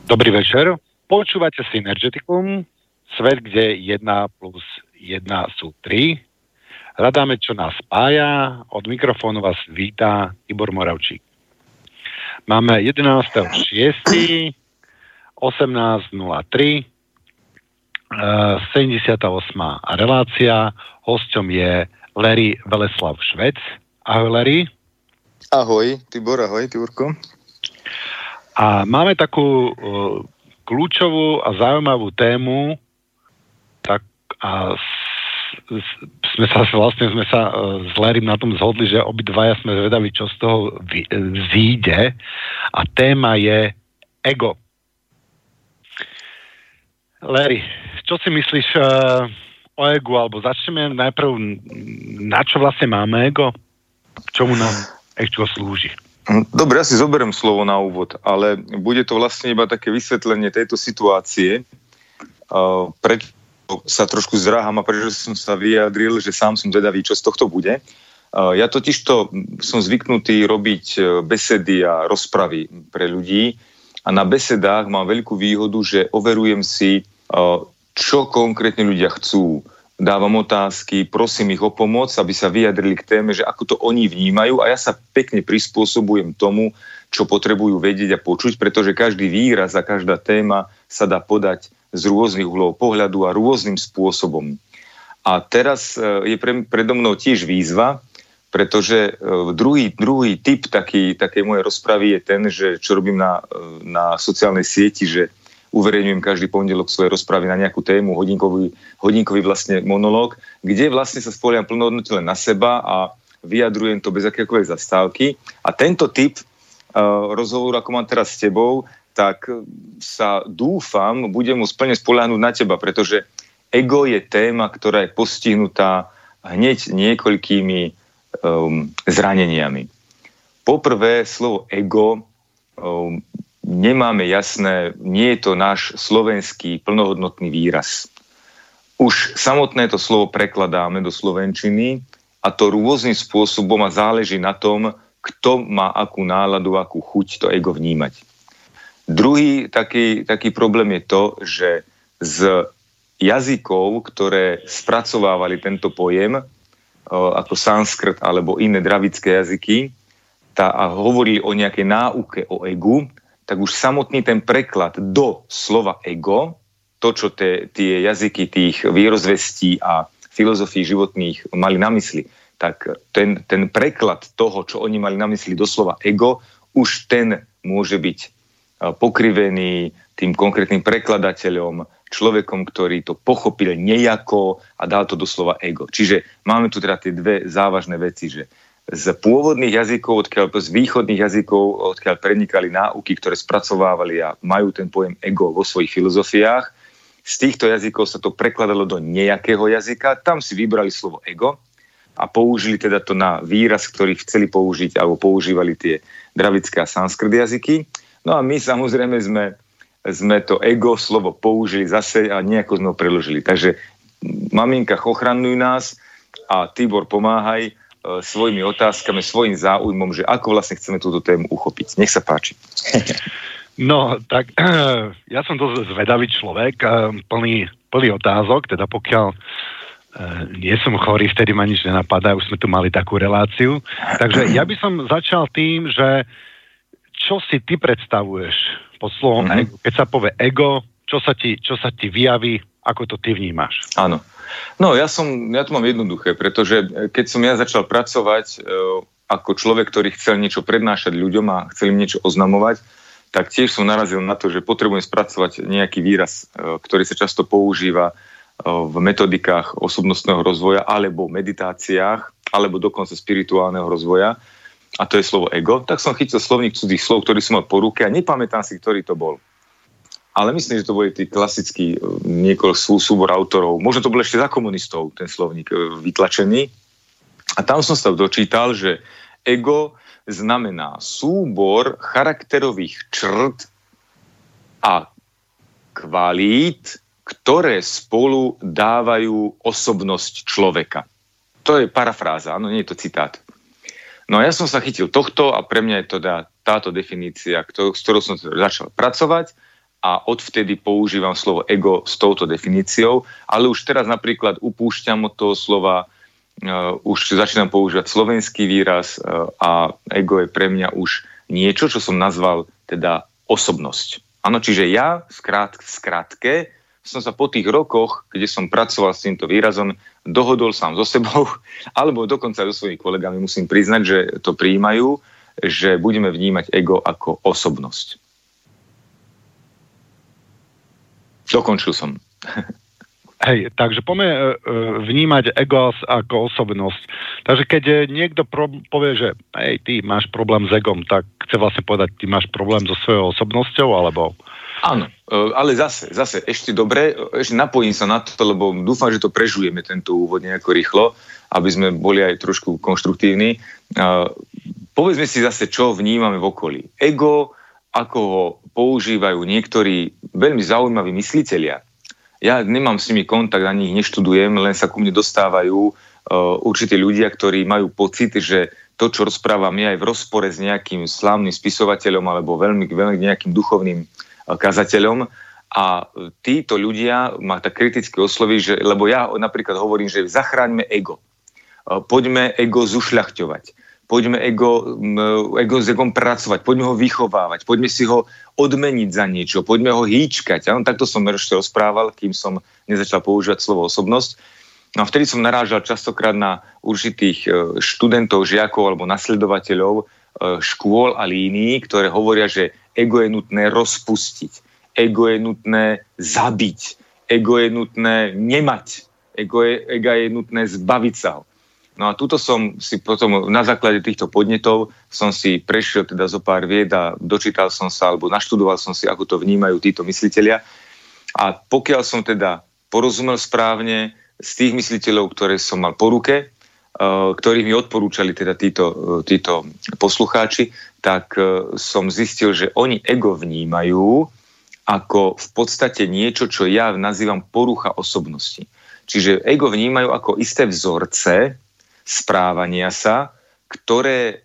Dobrý večer. Počúvate Synergeticum, svet, kde 1 plus 1 sú 3. Hľadáme, čo nás spája. Od mikrofónu vás víta Tibor Moravčík. Máme 11.6. 18.03. 78. relácia. Hosťom je Larry Veleslav Švec. Ahoj, Larry. Ahoj, Tibor, ahoj, Tiborko. A máme takú kľúčovú a zaujímavú tému, tak a sme sa s Larrym na tom zhodli, že obidvaja sme zvedaví, čo z toho vzíde. A téma je ego. Larry, čo si myslíš o egu? Alebo začneme najprv, na čo vlastne máme ego? Čomu nám ego slúži? Dobre, ja si zoberiem slovo na úvod, ale bude to vlastne iba také vysvetlenie tejto situácie. Prečo sa trošku zdráham a prečo som sa vyjadril, že sám som zvedavý, čo z tohto bude. Ja totižto som zvyknutý robiť besedy a rozpravy pre ľudí a na besedách mám veľkú výhodu, že overujem si, čo konkrétne ľudia chcú. Dávam otázky, prosím ich o pomoc, aby sa vyjadrili k téme, že ako to oni vnímajú a ja sa pekne prispôsobujem tomu, čo potrebujú vedieť a počuť, pretože každý výraz a každá téma sa dá podať z rôznych uhlov pohľadu a rôznym spôsobom. A teraz je predo mnou tiež výzva, pretože druhý typ takej mojej rozpravy je ten, že čo robím na sociálnej sieti, že uverejňujem každý pondelok svoje rozpravy na nejakú tému, hodinkový vlastne monológ, kde vlastne sa spolieham plnohodnotne len na seba a vyjadrujem to bez akékoľvek zastávky. A tento typ rozhovoru, ako mám teraz s tebou, tak sa dúfam, budem môcť plne spoľahnúť na teba, pretože ego je téma, ktorá je postihnutá hneď niekoľkými zraneniami. Poprvé, slovo ego nemáme jasné, nie je to náš slovenský plnohodnotný výraz. Už samotné to slovo prekladáme do slovenčiny a to rôznym spôsobom a záleží na tom, kto má akú náladu, akú chuť to ego vnímať. Druhý taký problém je to, že z jazykov, ktoré spracovávali tento pojem, ako sanskrt alebo iné dravické jazyky, a hovorili o nejakej náuke o egu, tak už samotný ten preklad do slova ego, to, čo tie jazyky tých vierozvestí a filozofií životných mali na mysli, tak ten preklad toho, čo oni mali na mysli do slova ego, už ten môže byť pokrivený tým konkrétnym prekladateľom, človekom, ktorý to pochopil nejako a dal to do slova ego. Čiže máme tu teda tie dve závažné veci, že z pôvodných jazykov, z východných jazykov, odkiaľ prenikali náuky, ktoré spracovávali a majú ten pojem ego vo svojich filozofiách. Z týchto jazykov sa to prekladalo do nejakého jazyka, tam si vybrali slovo ego a použili teda to na výraz, ktorý chceli použiť, alebo používali tie dravické a sanskrt jazyky. No a my samozrejme sme to ego slovo použili zase a nejako sme ho preložili. Takže maminka, ochraňuj nás a Tibor, pomáhaj svojimi otázkami, svojím záujmom, že ako vlastne chceme túto tému uchopiť. Nech sa páči. No, tak ja som dosť zvedavý človek, plný otázok, teda pokiaľ nie som chorý, vtedy ma nič nenapadá, už sme tu mali takú reláciu. Takže ja by som začal tým, že čo si ty predstavuješ pod slovom ego? Keď sa povie ego, čo sa ti vyjaví, ako to ty vnímaš? Áno. No, ja to mám jednoduché, pretože keď som ja začal pracovať ako človek, ktorý chcel niečo prednášať ľuďom a chcel im niečo oznamovať, tak tiež som narazil na to, že potrebujem spracovať nejaký výraz, ktorý sa často používa v metodikách osobnostného rozvoja alebo meditáciách, alebo dokonca spirituálneho rozvoja. A to je slovo ego. Tak som chytil slovník cudzích slov, ktorý som mal po ruke a nepamätám si, ktorý to bol. Ale myslím, že to boli tí klasický súbor autorov. Možno to bol ešte za komunistov, ten slovník vytlačený. A tam som sa dočítal, že ego znamená súbor charakterových črt a kvalít, ktoré spolu dávajú osobnosť človeka. To je parafráza, áno, nie je to citát. No ja som sa chytil tohto a pre mňa je to táto definícia, s ktorou som začal pracovať. a odvtedy používam slovo ego s touto definíciou, ale už teraz napríklad upúšťam od toho slova, už začínam používať slovenský výraz a ego je pre mňa už niečo, čo som nazval teda osobnosť. Áno, čiže ja skrátke som sa po tých rokoch, kde som pracoval s týmto výrazom, dohodol sám so sebou, alebo dokonca so svojimi kolegami musím priznať, že to prijímajú, že budeme vnímať ego ako osobnosť. Dokončil som. Hej, takže poďme vnímať ego ako osobnosť. Takže keď niekto povie, že hej, ty máš problém s egom, tak chce vlastne povedať, ty máš problém so svojou osobnosťou, alebo... Áno, ale zase, ešte dobre, ešte napojím sa na to, lebo dúfam, že to prežujeme tento úvod nejako rýchlo, aby sme boli aj trošku konštruktívni. Povedzme si zase, čo vnímame v okolí. Ego, ako ho používajú niektorí veľmi zaujímaví myslitelia. Ja nemám s nimi kontakt, ani ich neštudujem, len sa ku mne dostávajú určití ľudia, ktorí majú pocit, že to, čo rozprávam, je aj v rozpore s nejakým slávnym spisovateľom alebo veľmi nejakým duchovným kazateľom. A títo ľudia ma tak kriticky osloví, že, lebo ja napríklad hovorím, že zachráňme ego. Poďme ego zušľachťovať. Poďme ego s egom pracovať, poďme ho vychovávať, poďme si ho odmeniť za niečo, poďme ho hýčkať. Ja? Takto som ešte rozprával, kým som nezačal používať slovo osobnosť. No a vtedy som narážal častokrát na určitých študentov, žiakov alebo nasledovateľov škôl a línií, ktoré hovoria, že ego je nutné rozpustiť, ego je nutné zabiť, ego je nutné nemať, ego je nutné zbaviť sa ho. No a tuto som si potom na základe týchto podnetov som si prešiel teda zo pár vied a dočítal som sa alebo naštudoval som si, ako to vnímajú títo myslitelia. A pokiaľ som teda porozumel správne z tých mysliteľov, ktoré som mal po ruke, ktorých mi odporúčali teda títo poslucháči, tak som zistil, že oni ego vnímajú ako v podstate niečo, čo ja nazývam porucha osobnosti. Čiže ego vnímajú ako isté vzorce správania sa, ktoré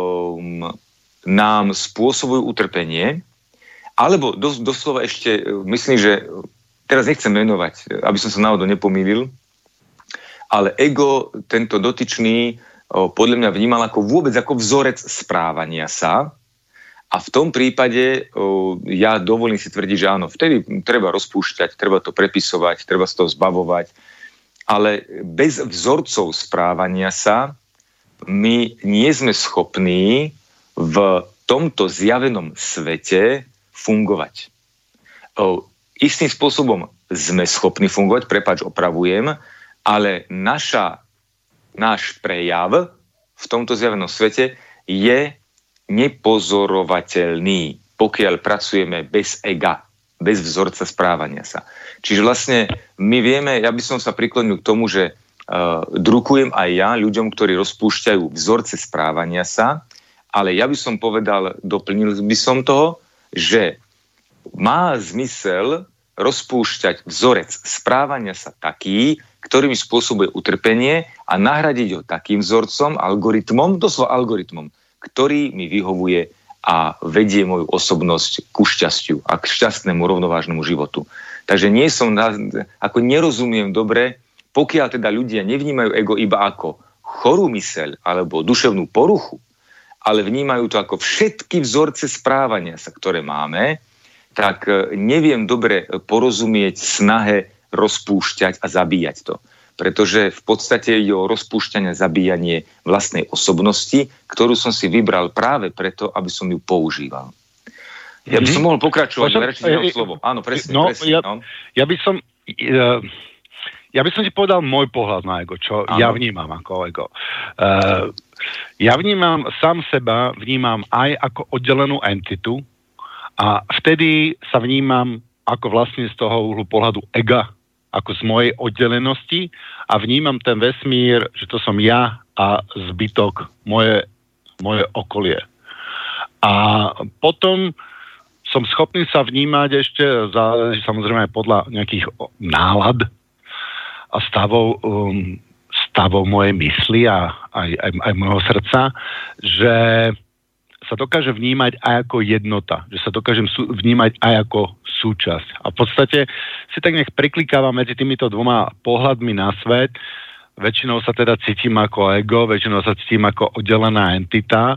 nám spôsobujú utrpenie, alebo doslova ešte, myslím, že teraz nechcem menovať, aby som sa náhodou nepomýlil, ale ego tento dotyčný podľa mňa vnímal ako vôbec ako vzorec správania sa a v tom prípade ja dovolím si tvrdiť, že áno, vtedy treba rozpúšťať, treba to prepisovať, treba sa toho zbavovať, ale bez vzorcov správania sa my nie sme schopní v tomto zjavenom svete fungovať. Istým spôsobom sme schopní fungovať, prepáč, opravujem, ale náš prejav v tomto zjavenom svete je nepozorovateľný, pokiaľ pracujeme bez ega, bez vzorca správania sa. Čiže vlastne my vieme, ja by som sa priklonil k tomu, že drukujem aj ja ľuďom, ktorí rozpúšťajú vzorce správania sa, ale ja by som povedal, doplnil by som toho, že má zmysel rozpúšťať vzorec správania sa taký, ktorý mi spôsobuje utrpenie a nahradiť ho takým vzorcom, algoritmom, doslova algoritmom, ktorý mi vyhovuje a vedie moju osobnosť ku šťastiu a k šťastnému rovnovážnemu životu. Takže nerozumiem dobre, pokiaľ teda ľudia nevnímajú ego iba ako chorú myseľ alebo duševnú poruchu, ale vnímajú to ako všetky vzorce správania sa, ktoré máme, tak neviem dobre porozumieť snahe rozpúšťať a zabíjať to. Pretože v podstate je o rozpúšťanie a zabíjanie vlastnej osobnosti, ktorú som si vybral práve preto, aby som ju používal. Ja by som mohol pokračovať, ale radšej nemám slovo. Áno, presne. Ja by som ti povedal môj pohľad na ego, čo ja vnímam ako ego. Ja vnímam sám seba, vnímam aj ako oddelenú entitu a vtedy sa vnímam ako vlastne z toho uhlu pohľadu ega, ako z mojej oddelenosti a vnímam ten vesmír, že to som ja a zbytok moje okolie. A potom som schopný sa vnímať ešte, záleží samozrejme aj podľa nejakých nálad a stavov mojej mysli a aj môjho srdca, že sa dokáže vnímať aj ako jednota, že sa dokážem vnímať aj ako súčasť. A v podstate si tak nech priklikáva medzi týmito dvoma pohľadmi na svet. Väčšinou sa teda cítim ako ego, väčšinou sa cítim ako oddelená entita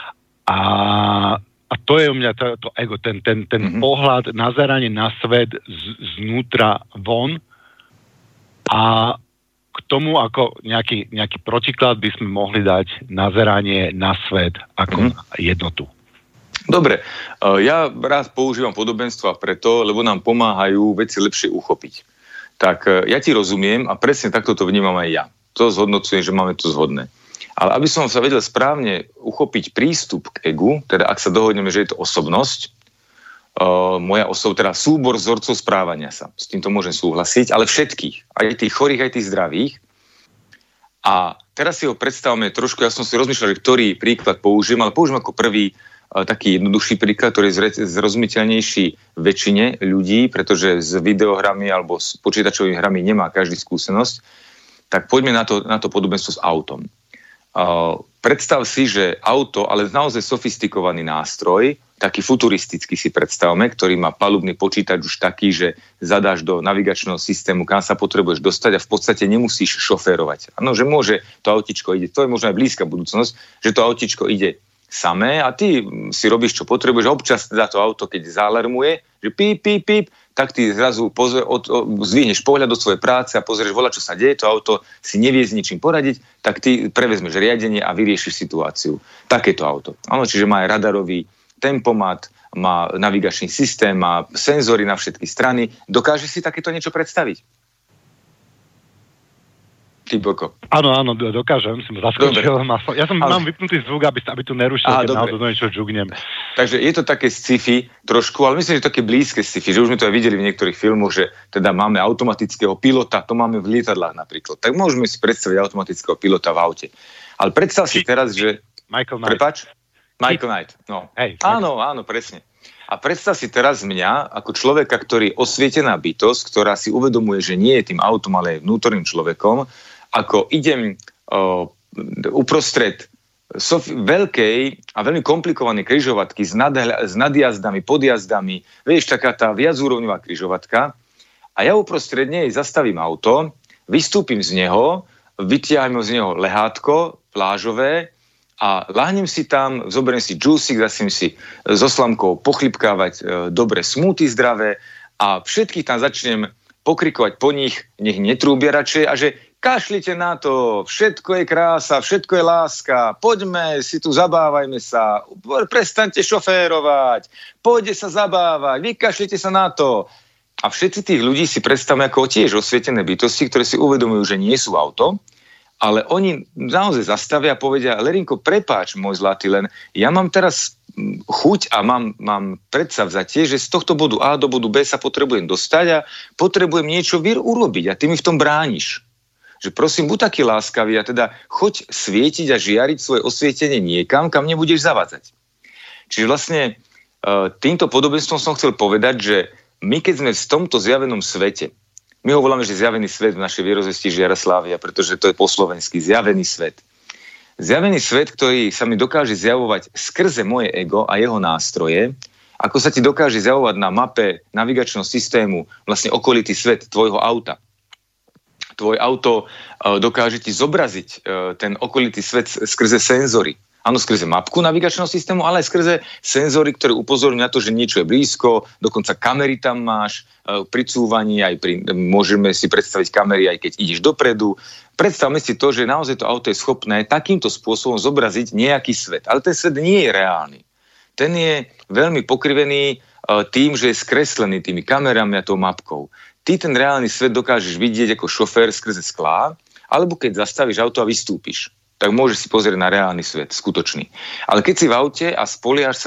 a to je u mňa to ego, ten pohľad, nazeranie na svet znútra von a k tomu ako nejaký protiklad by sme mohli dať nazeranie na svet ako jednotu. Dobre, ja rád používam podobenstva preto, lebo nám pomáhajú veci lepšie uchopiť. Tak ja ti rozumiem a presne takto to vnímam aj ja. To zhodnocujem, že máme to zhodné. Ale aby som sa vedel správne uchopiť prístup k egu, teda ak sa dohodneme, že je to osobnosť, moja teda súbor vzorcov správania sa. S týmto môžem súhlasiť, ale všetkých, aj tých chorých, aj tých zdravých. A teraz si ho predstavme trošku, ja som si rozmýšľal, že ktorý príklad použijem, ale použijem ako prvý taký jednoduchší príklad, ktorý je zrozumiteľnejší väčšine ľudí, pretože s videohrami alebo s počítačovými hrami nemá každý skúsenosť. Tak poďme na to podobenstvo s autom. Predstav si, že auto, ale naozaj sofistikovaný nástroj, taký futuristický si predstavme, ktorý má palubný počítač už taký, že zadáš do navigačného systému, kam sa potrebuješ dostať a v podstate nemusíš šoférovať. Áno, že môže to autičko ide, to je možno aj blízka budúcnosť, že to autičko ide samé a ty si robíš, čo potrebuješ. Občas teda to auto, keď zalarmuje, že píp, píp, píp, tak ty zrazu zvihneš pohľad do svojej práce a pozrieš, čo sa deje, to auto si nevie s ničím poradiť, tak ty prevezmeš riadenie a vyriešiš situáciu. Takéto auto. Áno, čiže má aj radarový tempomat, má navigačný systém, má senzory na všetky strany. Dokáže si takéto niečo predstaviť? Ty Boko. Áno, dokážem, som zaskočil. Ja mám vypnutý zvuk, aby tu nerušil, keď náhodou do niečo žugnem. Takže je to také sci-fi trošku, ale myslím, že také blízke sci-fi, že už sme to aj videli v niektorých filmoch, že teda máme automatického pilota, to máme v lietadlách napríklad. Tak môžeme si predstaviť automatického pilota v aute. Ale predstav si teraz, že... Michael Knight. Prepáč? Michael Knight, no. Hej, áno, presne. A predstav si teraz mňa ako človeka, ktorý je osvietená bytosť, ktorá si uvedomuje, že nie je tým autom, ale je vnútorným človekom, ako idem uprostred veľkej a veľmi komplikovanej križovatky s nadjazdami, podjazdami, vieš, taká tá viacúrovňová križovatka a ja uprostred nej zastavím auto, vystúpim z neho, vytiahnem z neho lehátko plážové a láhnem si tam, zoberiem si džúsik, zasím si so slamkou pochlipkávať dobre smoothie zdravé a všetkých tam začnem pokrikovať po nich, nech netrúbia radšej a že kašlite na to, všetko je krása, všetko je láska, poďme si tu, zabávajme sa, prestaňte šoférovať, poďte sa zabávať, vykašlite sa na to. A všetci tých ľudí si predstavme ako tiež osvietené bytosti, ktoré si uvedomujú, že nie sú auto, ale oni naozaj zastavia a povedia, Lerinko, prepáč, môj zlatý, len ja mám teraz chuť a mám predsavzatie, že z tohto bodu A do bodu B sa potrebujem dostať a potrebujem niečo urobiť a ty mi v tom brániš. Že prosím, buď taký láskavý a teda choď svietiť a žiariť svoje osvietenie niekam, kam nebudeš zavádzať. Čiže vlastne týmto podobenstvom som chcel povedať, že my keď sme v tomto zjavenom svete, my ho voláme, že zjavený svet v našej vierozvesti Žiara Slávia, pretože to je po slovensky zjavený svet. Zjavený svet, ktorý sa mi dokáže zjavovať skrze moje ego a jeho nástroje, ako sa ti dokáže zjavovať na mape navigačného systému vlastne okolitý svet tvojho auta. Tvoje auto dokáže ti zobraziť ten okolitý svet skrze senzory. Áno, skrze mapku navigačného systému, ale aj skrze senzory, ktoré upozorňujú na to, že niečo je blízko, dokonca kamery tam máš, pri cúvaní, môžeme si predstaviť kamery, aj keď ideš dopredu. Predstavme si to, že naozaj to auto je schopné takýmto spôsobom zobraziť nejaký svet. Ale ten svet nie je reálny. Ten je veľmi pokrivený tým, že je skreslený tými kamerami a tou mapkou. Ty ten reálny svet dokážeš vidieť ako šofér skrze sklá, alebo keď zastavíš auto a vystúpiš, tak môžeš si pozrieť na reálny svet, skutočný. Ale keď si v aute a spoliaš sa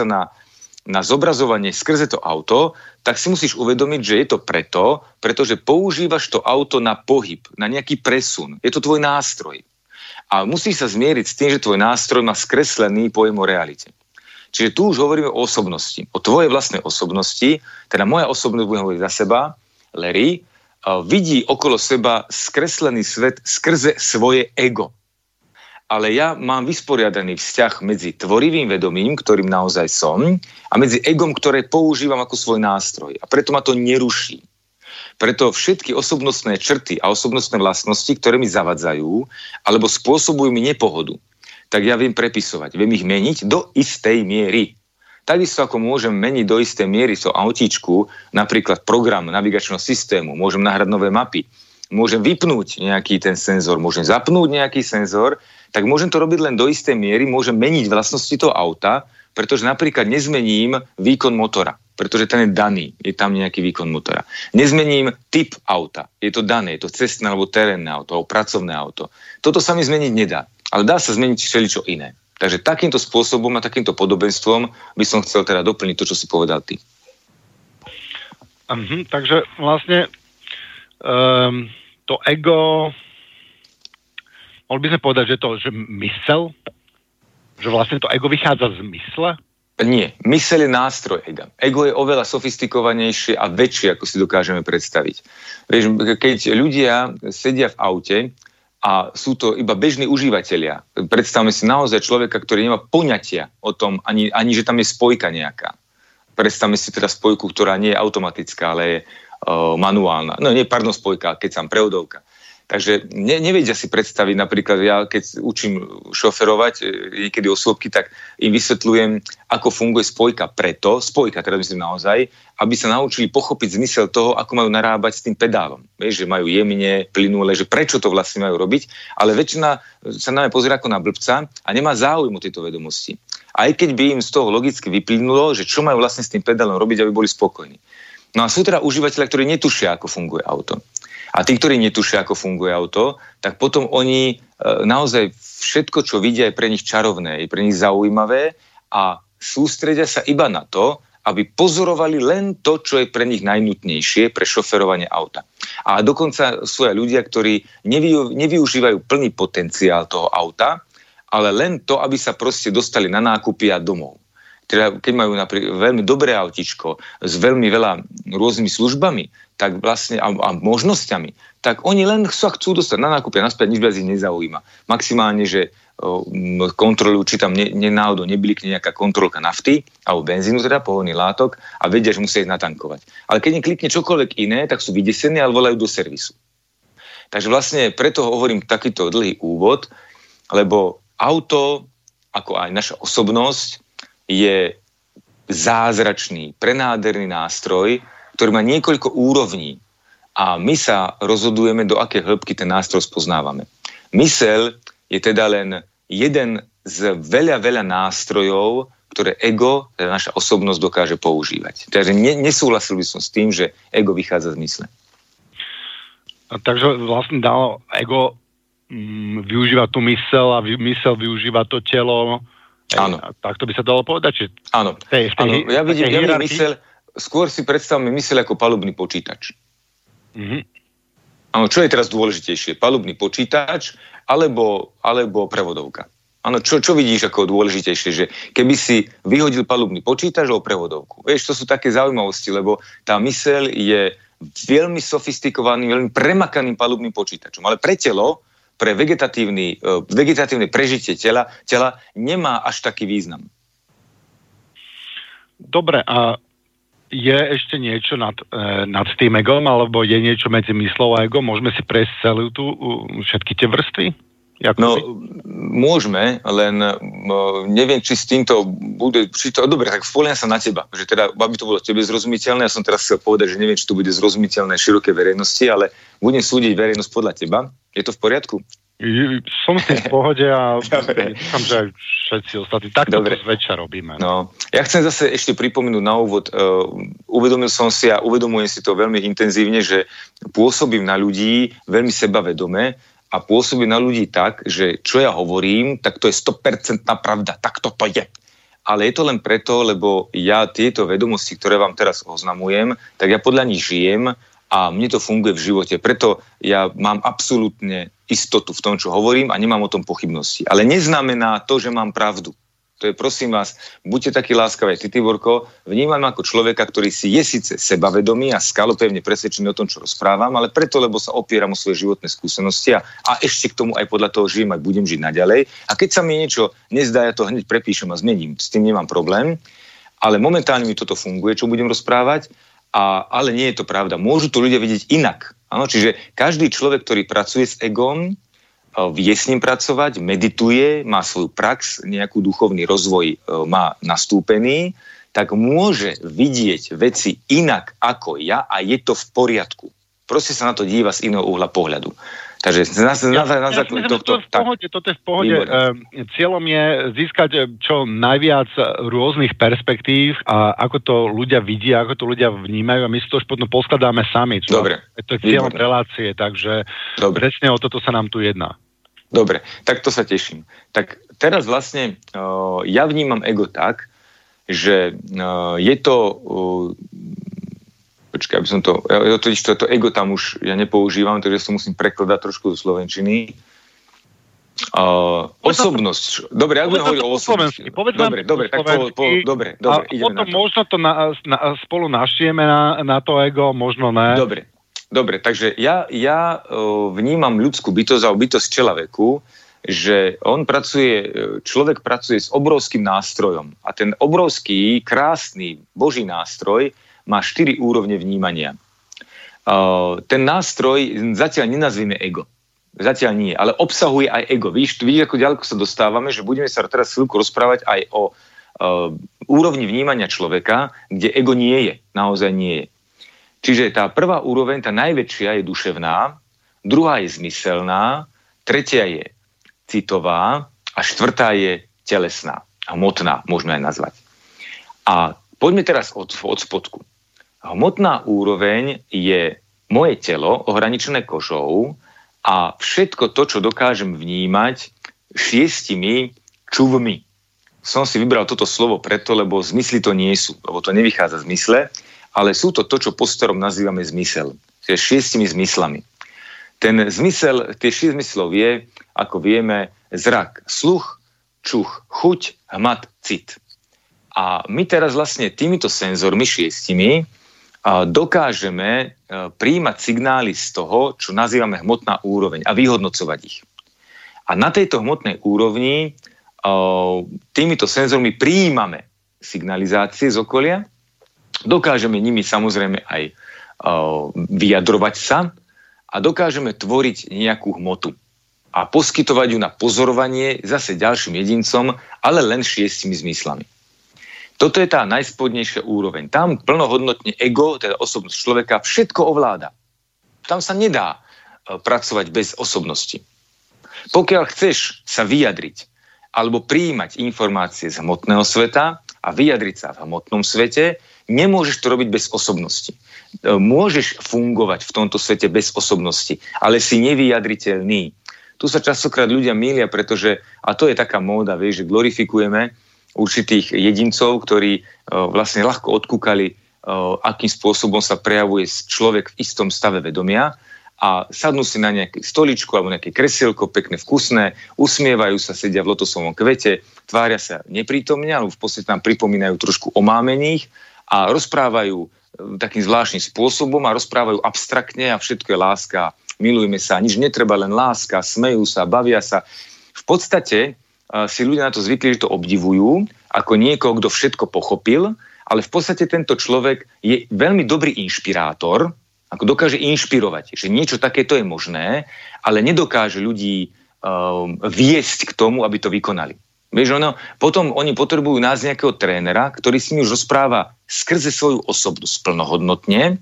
na zobrazovanie skrze to auto, tak si musíš uvedomiť, že je to pretože používaš to auto na pohyb, na nejaký presun. Je to tvoj nástroj. A musíš sa zmieriť s tým, že tvoj nástroj má skreslený pojem o realite. Čiže tu už hovoríme o osobnosti. O tvojej vlastnej osobnosti, teda moja osobnosť, budem hovoriť za seba, Larry, vidí okolo seba skreslený svet skrze svoje ego. ale ja mám vysporiadaný vzťah medzi tvorivým vedomím, ktorým naozaj som, a medzi egom, ktoré používam ako svoj nástroj. A preto ma to neruší. Preto všetky osobnostné črty a osobnostné vlastnosti, ktoré mi zavadzajú alebo spôsobujú mi nepohodu, tak ja viem prepisovať, viem ich meniť do istej miery. Takisto ako môžem meniť do istej miery to autíčku, napríklad program navigačného systému, môžem nahrať nové mapy, môžem vypnúť nejaký ten senzor, môžem zapnúť nejaký senzor, tak môžem to robiť len do istej miery, môžem meniť vlastnosti toho auta, pretože napríklad nezmením výkon motora, pretože ten je daný, je tam nejaký výkon motora. Nezmením typ auta, je to dané, je to cestné alebo terénne auto, alebo pracovné auto. Toto sa mi zmeniť nedá, ale dá sa zmeniť všeličo iné. Takže takýmto spôsobom a takýmto podobenstvom by som chcel teda doplniť to, čo si povedal ty. Takže vlastne to ego, mohli by sme povedať, že mysel, že vlastne to ego vychádza z mysle? Nie, myseľ je nástroj ega. Ego je oveľa sofistikovanejšie a väčšie, ako si dokážeme predstaviť. Vieš, keď ľudia sedia v aute a sú to iba bežní užívateľia, predstavme si naozaj človeka, ktorý nemá poňatia o tom, ani že tam je spojka nejaká. Predstavme si teda spojku, ktorá nie je automatická, ale je manuálna. No nie, spojka, keď som prevodovka. Takže nevedia si predstaviť, napríklad ja, keď učím šoferovať niekedy osôbky, tak im vysvetľujem, ako funguje spojka teda myslím naozaj, aby sa naučili pochopiť zmysel toho, ako majú narábať s tým pedálom. Vieš, že majú jemne, plynule, že prečo to vlastne majú robiť, ale väčšina sa na mňa pozerá ako na blbca a nemá záujem o tieto vedomosti. Aj keď by im z toho logicky vyplynulo, že čo majú vlastne s tým pedálom robiť, aby boli spokojní. No a sú teda užívateľia, ktorí netušia, ako funguje auto. A tí, ktorí netušia, ako funguje auto, tak potom oni naozaj všetko, čo vidia, je pre nich čarovné, je pre nich zaujímavé a sústredia sa iba na to, aby pozorovali len to, čo je pre nich najnutnejšie pre šoferovanie auta. A dokonca sú aj ľudia, ktorí nevyužívajú plný potenciál toho auta, ale len to, aby sa proste dostali na nákupy a domov. Teda keď majú napríklad veľmi dobré autičko s veľmi veľa rôznymi službami, tak vlastne a možnosťami, tak oni len sa chcú dostať na nákupy a naspäť, nič viac ich nezaujíma. Maximálne, že kontrolujú, či tam náhodou neblikne nejaká kontrolka nafty alebo benzínu, teda pohonných látok a vedia, že musia ísť natankovať. Ale keď im klikne čokoľvek iné, tak sú vydesení a volajú do servisu. Takže vlastne preto hovorím takýto dlhý úvod, lebo auto, ako aj naša osobnosť, je zázračný, prenádherný nástroj, ktorý má niekoľko úrovní a my sa rozhodujeme, do aké hĺbky ten nástroj spoznávame. Myseľ je teda len jeden z veľa nástrojov, ktoré ego, teda naša osobnosť, dokáže používať. Takže nesúhlasil by som s tým, že ego vychádza z mysle. Takže vlastne dalo ego využíva tú myseľ a myseľ využíva to telo. Áno. Tak to by sa dalo povedať? Že áno. Ja vidím myseľ, skôr si predstavme myseľ ako palubný počítač. Áno, čo je teraz dôležitejšie? Palubný počítač alebo prevodovka? Áno, čo vidíš ako dôležitejšie? Že keby si vyhodil palubný počítač alebo prevodovku? Vieš, to sú také zaujímavosti, lebo tá myseľ je veľmi sofistikovaným, veľmi premakанým palubným počítačom. Ale pre telo, pre vegetatívne prežitie tela nemá až taký význam. Dobre, a je ešte niečo nad tým egom, alebo je niečo medzi myslou a egom? Môžeme si prejsť celú všetky tie vrstvy? Môžeme, len neviem, či s týmto bude... Dobre, tak spolieham sa na teba, že teda, aby to bolo tebe zrozumiteľné, ja som teraz chcel povedať, že neviem, či to bude zrozumiteľné širokej verejnosti, ale budem súdiť verejnosť podľa teba. Je to v poriadku? Som si v pohode a dúfam, že aj všetci ostatní. Takto to zväčša robíme. No. Ja chcem zase ešte pripomenúť na úvod, uvedomil som si a uvedomujem si to veľmi intenzívne, že pôsobím na ľudí veľmi sebavedome a pôsobím na ľudí tak, že čo ja hovorím, tak to je 100% pravda, tak toto je. Ale je to len preto, lebo ja tieto vedomosti, ktoré vám teraz oznamujem, tak ja podľa nich žijem a mne to funguje v živote. Preto ja mám absolútne istotu v tom, čo hovorím a nemám o tom pochybnosti. Ale neznamená to, že mám pravdu. To je, prosím vás, buďte takí láskaví, ty, Tiborko, vnímam ako človeka, ktorý si je síce sebavedomý a skalopevne presvedčený o tom, čo rozprávam, ale preto, lebo sa opieram o svoje životné skúsenosti a ešte k tomu aj podľa toho žijem, aj budem žiť naďalej. A keď sa mi niečo nezdá, ja to hneď prepíšem a zmením. S tým nemám problém, ale momentálne mi toto funguje, čo budem rozprávať, ale nie je to pravda. Môžu to ľudia vidieť inak. Áno, čiže každý človek, ktorý pracuje s egom, vie s ním pracovať, medituje, má svoju prax, nejakú duchovný rozvoj má nastúpený, tak môže vidieť veci inak ako ja a je to v poriadku. Proste sa na to díva z iného uhla pohľadu. Takže na základe tohto... Toto je v pohode. Cieľom je získať čo najviac rôznych perspektív a ako to ľudia vidia, ako to ľudia vnímajú a my si to už potom poskladáme sami. Dobre. To je cieľom relácie, takže presne o toto sa nám tu jedná. Dobre, tak to sa teším. Tak teraz vlastne ja vnímam ego tak, že je to... Počkaj, aby som to... To ego tam už ja nepoužívam, takže si musím prekladať trošku do slovenčiny. Osobnosť. Dobre, ja budem hovoriť o osobnosti. Dobre, a potom možno to spolu naštijeme na to ego, možno ne. Dobre, takže ja vnímam ľudskú bytosť a bytosť človeku, že človek pracuje s obrovským nástrojom a ten obrovský, krásny, boží nástroj má 4 úrovne vnímania. Ten nástroj zatiaľ nenazvíme ego. Zatiaľ nie, ale obsahuje aj ego. Vidíš, ako ďaleko sa dostávame, že budeme sa teraz chvíľku rozprávať aj o úrovni vnímania človeka, kde ego nie je, naozaj nie je. Čiže tá prvá úroveň, tá najväčšia je duševná, druhá je zmyselná, tretia je citová a štvrtá je telesná, hmotná, môžeme aj nazvať. A poďme teraz od spodku. Hmotná úroveň je moje telo, ohraničené kožou a všetko to, čo dokážem vnímať 6 čuvmi. Som si vybral toto slovo preto, lebo zmysly to nie sú, lebo to nevychádza z mysle, ale sú to, čo po starom nazývame zmysel. Čiže 6 zmyslami. Ten zmysel, tie 6 zmyslov je, ako vieme, zrak, sluch, čuch, chuť, hmat, cit. A my teraz vlastne týmito senzormi 6 dokážeme prijímať signály z toho, čo nazývame hmotná úroveň a vyhodnocovať ich. A na tejto hmotnej úrovni týmito senzormi prijímame signalizácie z okolia, dokážeme nimi samozrejme aj vyjadrovať sa a dokážeme tvoriť nejakú hmotu a poskytovať ju na pozorovanie zase ďalším jedincom, ale len 6 zmyslami. Toto je tá najspodnejšia úroveň. Tam plnohodnotne ego, teda osobnosť človeka, všetko ovláda. Tam sa nedá pracovať bez osobnosti. Pokiaľ chceš sa vyjadriť alebo prijímať informácie z hmotného sveta a vyjadriť sa v hmotnom svete, nemôžeš to robiť bez osobnosti. Môžeš fungovať v tomto svete bez osobnosti, ale si nevyjadriteľný. Tu sa častokrát ľudia mýlia, pretože, a to je taká móda, vieš, že glorifikujeme určitých jedincov, ktorí vlastne ľahko odkúkali, akým spôsobom sa prejavuje človek v istom stave vedomia a sadnú si na nejaké stoličku alebo nejaké kresielko, pekné, vkusné, usmievajú sa, sedia v lotosovom kvete, tvária sa neprítomne, alebo v podstate nám pripomínajú trošku omámených a rozprávajú takým zvláštnym spôsobom a rozprávajú abstraktne a všetko je láska, milujme sa, nič netreba, len láska, smejú sa, bavia sa. V podstate si ľudia na to zvykli, že to obdivujú ako niekoho, kto všetko pochopil, ale v podstate tento človek je veľmi dobrý inšpirátor, ako dokáže inšpirovať, že niečo takéto je možné, ale nedokáže ľudí viesť k tomu, aby to vykonali. Vieš, potom oni potrebujú nájsť nejakého trénera, ktorý s nimi už rozpráva skrze svoju osobnosť plnohodnotne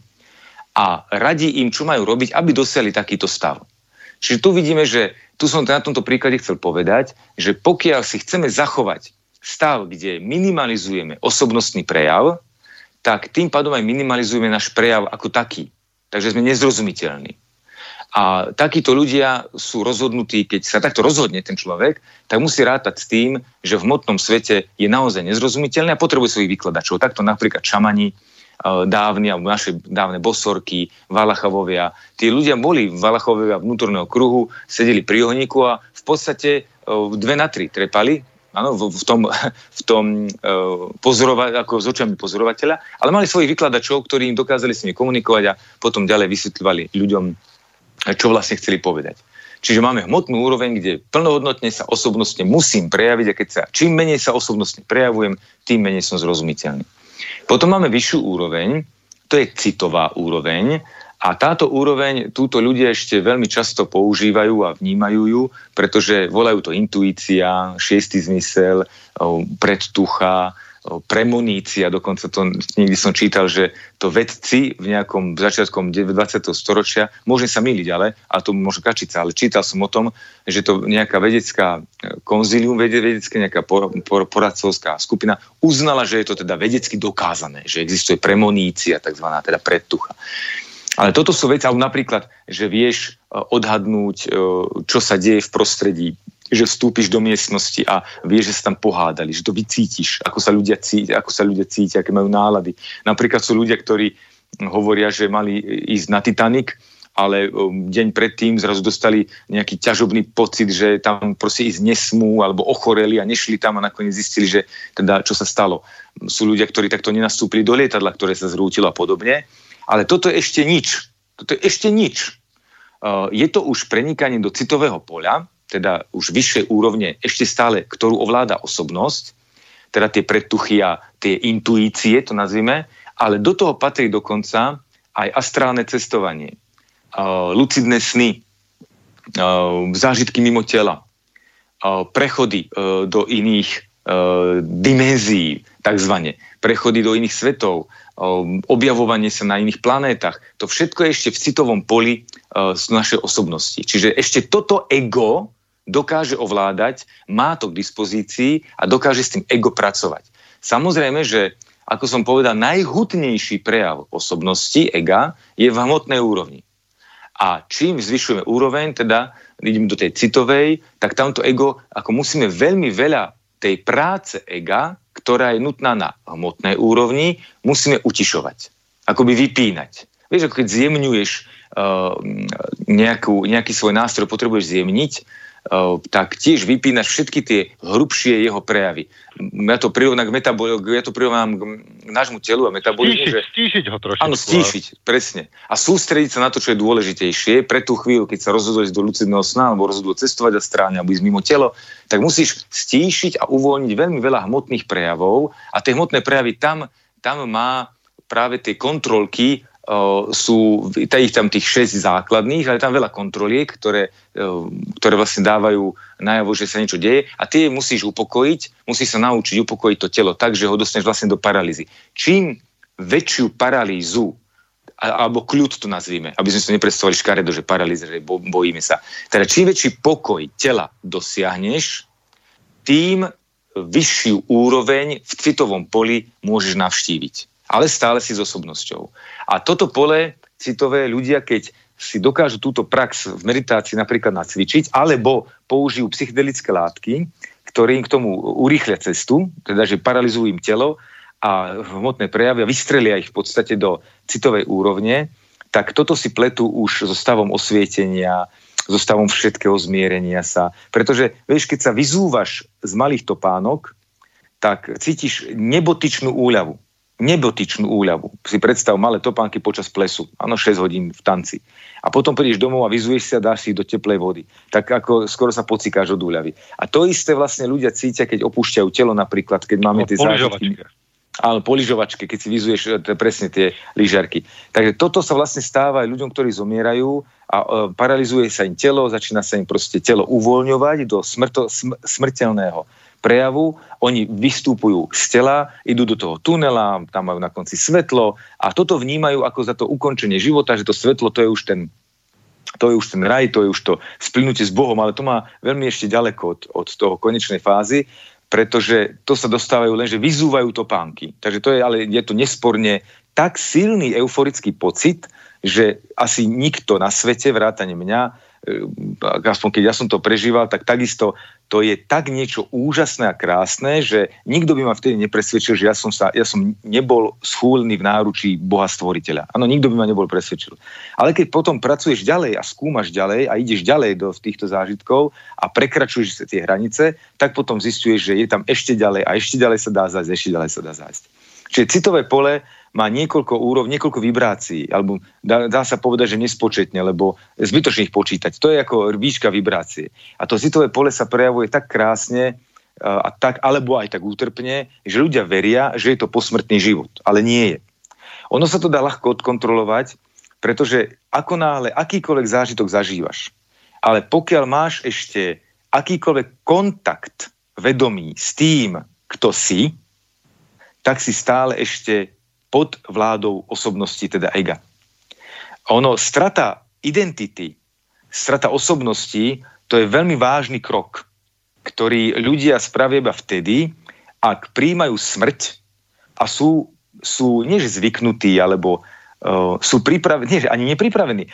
a radí im, čo majú robiť, aby dosiahli takýto stav. Čiže tu vidíme, že tu som na tomto príklade chcel povedať, že pokiaľ si chceme zachovať stav, kde minimalizujeme osobnostný prejav, tak tým pádom aj minimalizujeme náš prejav ako taký. Takže sme nezrozumiteľní. A takíto ľudia sú rozhodnutí, keď sa takto rozhodne ten človek, tak musí rátať s tým, že v hmotnom svete je naozaj nezrozumiteľný a potrebuje svojich vykladačov. Takto napríklad šamani dávni, alebo naše dávne bosorky, Valachovovia. Tí ľudia boli Valachovia vnútorného kruhu, sedeli pri ohníku a v podstate 2 na 3 trepali áno, v tom pozorovať, ako s očami pozorovateľa, ale mali svojich vykladačov, ktorí im dokázali s nimi komunikovať a potom ďalej vysvetľovali ľuďom, čo vlastne chceli povedať. Čiže máme hmotnú úroveň, kde plnohodnotne sa osobnostne musím prejaviť a čím menej sa osobnostne prejavujem, tým menej som zrozumiteľný. Potom máme vyššiu úroveň, to je citová úroveň a táto úroveň, túto ľudia ešte veľmi často používajú a vnímajú ju, pretože volajú to intuícia, šiestý zmysel, predtucha, premonícia, dokonca to niekde som čítal, že to vedci v nejakom začiatkom 20. storočia, môžem sa myliť, ale to môže kačica, ale čítal som o tom, že to nejaká vedecká konzílium, vedecká nejaká poradcovská skupina uznala, že je to teda vedecky dokázané, že existuje premonícia, takzvaná teda predtucha. Ale toto sú veci, ale napríklad, že vieš odhadnúť, čo sa deje v prostredí, že vstúpiš do miestnosti a vieš, že sa tam pohádali, že to vycítiš, ako sa ľudia cítia, aké majú nálady. Napríklad sú ľudia, ktorí hovoria, že mali ísť na Titanic, ale deň predtým zrazu dostali nejaký ťažobný pocit, že tam proste ísť nesmú, alebo ochoreli a nešli tam a nakoniec zistili, že teda čo sa stalo. Sú ľudia, ktorí takto nenastúpili do lietadla, ktoré sa zrútilo a podobne. Ale toto je ešte nič. Je to už prenikanie do citového poľa, teda už vyššej úrovne, ešte stále, ktorú ovláda osobnosť, teda tie predtuchy a tie intuície, to nazvime, ale do toho patrí dokonca aj astrálne cestovanie, lucidné sny, zážitky mimo tela, prechody do iných dimenzií, takzvané, prechody do iných svetov, objavovanie sa na iných planétach. To všetko je ešte v citovom poli z našej osobnosti. Čiže ešte toto ego dokáže ovládať, má to k dispozícii a dokáže s tým ego pracovať. Samozrejme, že ako som povedal, najhutnejší prejav osobnosti ega je v hmotnej úrovni. A čím zvyšujeme úroveň, teda ideme do tej citovej, tak tamto ego, ako musíme veľmi veľa tej práce ega, ktorá je nutná na hmotnej úrovni, musíme utišovať. Akoby vypínať. Vieš, ako keď zjemňuješ nejaký svoj nástroj, potrebuješ zjemniť, tak tiež vypínaš všetky tie hrubšie jeho prejavy. Ja to prirovnám k nášmu telu a metabolizmu. Stíšiť ho trošku. Áno, stíšiť, presne. A sústrediť sa na to, čo je dôležitejšie. Pre tú chvíľu, keď sa rozhoduješ do lucidného sna alebo rozhoduješ cestovať astráľne alebo ísť mimo telo, tak musíš stíšiť a uvoľniť veľmi veľa hmotných prejavov a tie hmotné prejavy tam má práve tie kontrolky, sú tam tých 6 základných, ale tam veľa kontroliek, ktoré vlastne dávajú najavo, že sa niečo deje a ty musíš upokojiť, musíš sa naučiť upokojiť to telo tak, že ho dostaneš vlastne do paralýzy. Čím väčšiu paralýzu, alebo kľud to nazvíme, aby sme si to nepredstavovali škaredo, že paralýza, že bojíme sa. Teda čím väčší pokoj tela dosiahneš, tým vyššiu úroveň v citovom poli môžeš navštíviť. Ale stále si s osobnosťou. A toto pole citové ľudia, keď si dokážu túto prax v meditácii napríklad nacvičiť, alebo použijú psychedelické látky, ktoré im k tomu urýchlia cestu, teda že paralizujú im telo a hmotné prejavy a vystrelia ich v podstate do citovej úrovne, tak toto si pletú už so stavom osvietenia, so stavom všetkého zmierenia sa. Pretože, vieš, keď sa vyzúvaš z malých topánok, tak cítiš nebotičnú úľavu. Si predstav malé topánky počas plesu. Áno, 6 hodín v tanci. A potom prídeš domov a vyzuješ si a dáš si ich do teplej vody. Tak ako skoro sa pocikáš od úľavy. A to isté vlastne ľudia cítia, keď opúšťajú telo napríklad, keď máme tie zážitky. Áno, po lyžovačke, keď si vyzuješ presne tie lyžiarky. Takže toto sa vlastne stáva aj ľuďom, ktorí zomierajú a paralizuje sa im telo, začína sa im proste telo uvoľňovať do smrteľného prejavu, oni vystupujú z tela, idú do toho tunela, tam majú na konci svetlo a toto vnímajú ako za to ukončenie života, že to svetlo to je už ten raj, to je už to splynutie s Bohom, ale to má veľmi ešte ďaleko od toho konečnej fázy, pretože to sa dostávajú len, že vyzúvajú topánky. Takže to je to nesporne tak silný euforický pocit, že asi nikto na svete, vrátane mňa, aspoň keď ja som to prežíval, tak takisto to je tak niečo úžasné a krásne, že nikto by ma vtedy nepresvedčil, že ja som nebol schúlený v náručí Boha stvoriteľa. Áno, nikto by ma nebol presvedčil. Ale keď potom pracuješ ďalej a skúmaš ďalej a ideš ďalej do týchto zážitkov a prekračuješ tie hranice, tak potom zisťuješ, že je tam ešte ďalej a ešte ďalej sa dá zájsť, ešte ďalej sa dá zájsť. Čiže citové pole má niekoľko úrovní, niekoľko vibrácií, alebo dá sa povedať, že nespočetne, lebo zbytočne ich počítať. To je ako výška vibrácie. A to citové pole sa prejavuje tak krásne, a tak, alebo aj tak útrpne, že ľudia veria, že je to posmrtný život. Ale nie je. Ono sa to dá ľahko odkontrolovať, pretože ako náhle akýkoľvek zážitok zažívaš, ale pokiaľ máš ešte akýkoľvek kontakt vedomí s tým, kto si, tak si stále ešte pod vládou osobnosti, teda ega. Strata identity, strata osobnosti, to je veľmi vážny krok, ktorý ľudia spravia iba vtedy, ak prijímajú smrť a sú nie že zvyknutí, alebo sú pripravení, nie že ani nepripravení.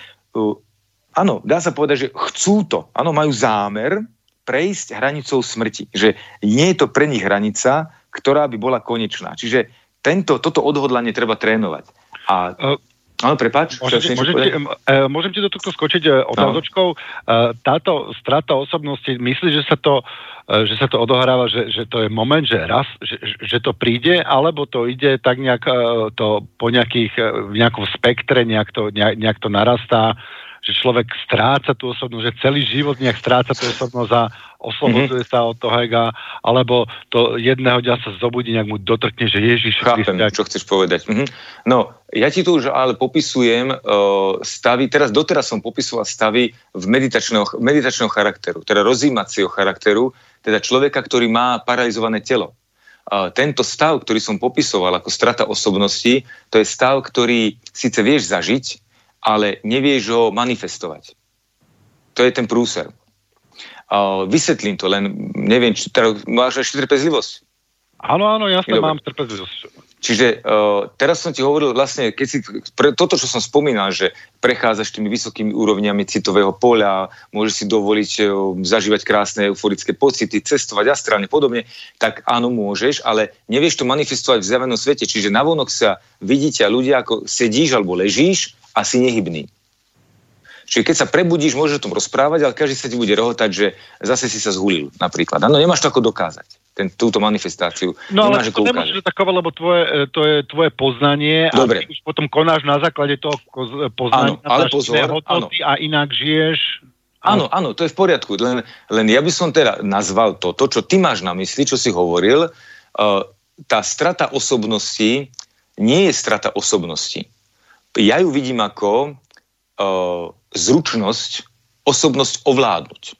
Áno, dá sa povedať, že chcú to. Áno, majú zámer prejsť hranicou smrti. Že nie je to pre nich hranica, ktorá by bola konečná. Čiže toto odhodlanie treba trénovať. Áno, prepáč. Môžem ti do tohto skočiť otázočkou. Táto strata osobnosti, myslíš, že sa to odohráva, že to je moment, že raz, že to príde, alebo to ide tak nejak to po v nejakom spektre, nejak to narastá, že človek stráca tú osobnosť, že celý život nejak stráca tú osobnosť a oslobodzuje sa od toho ega, alebo to jedného dňa sa zobudí, nejak mu dotrkne, že Ježiš Kristus. Chápem, čo chceš povedať. No, ja ti tu už ale popisujem stavy, doteraz som popisoval stavy v meditačného charakteru, teda rozjímacieho charakteru, teda človeka, ktorý má paralizované telo. Tento stav, ktorý som popisoval ako strata osobnosti, to je stav, ktorý síce vieš zažiť, ale nevieš ho manifestovať. To je ten prúser. Vysvetlím to, len neviem, či máš ešte trpezlivosť? Áno, jasne, mám trpezlivosť. Čiže teraz som ti hovoril vlastne, keď si toto, čo som spomínal, že prechádzaš tými vysokými úrovniami citového poľa, môžeš si dovoliť zažívať krásne euforické pocity, cestovať astrálne podobne, tak áno, môžeš, ale nevieš to manifestovať v zjavenom svete. Čiže navonok sa vidíte ľudia, ako sedíš alebo ležíš a si nehybný. Čiže keď sa prebudíš, môžeš o tom rozprávať, ale každý sa ti bude rohotať, že zase si sa zhulil napríklad. Áno, nemáš to ako dokázať, túto manifestáciu. No ale to nemôžeš takovať, lebo to je tvoje poznanie. Dobre. A ty už potom konáš na základe toho poznania. Áno, ale pozor, hodnoty a inak žiješ. Áno, to je v poriadku. Len ja by som teda nazval to, čo ty máš na mysli, čo si hovoril, tá strata osobnosti nie je strata osobnosti. Ja ju vidím ako zručnosť, osobnosť ovládnuť.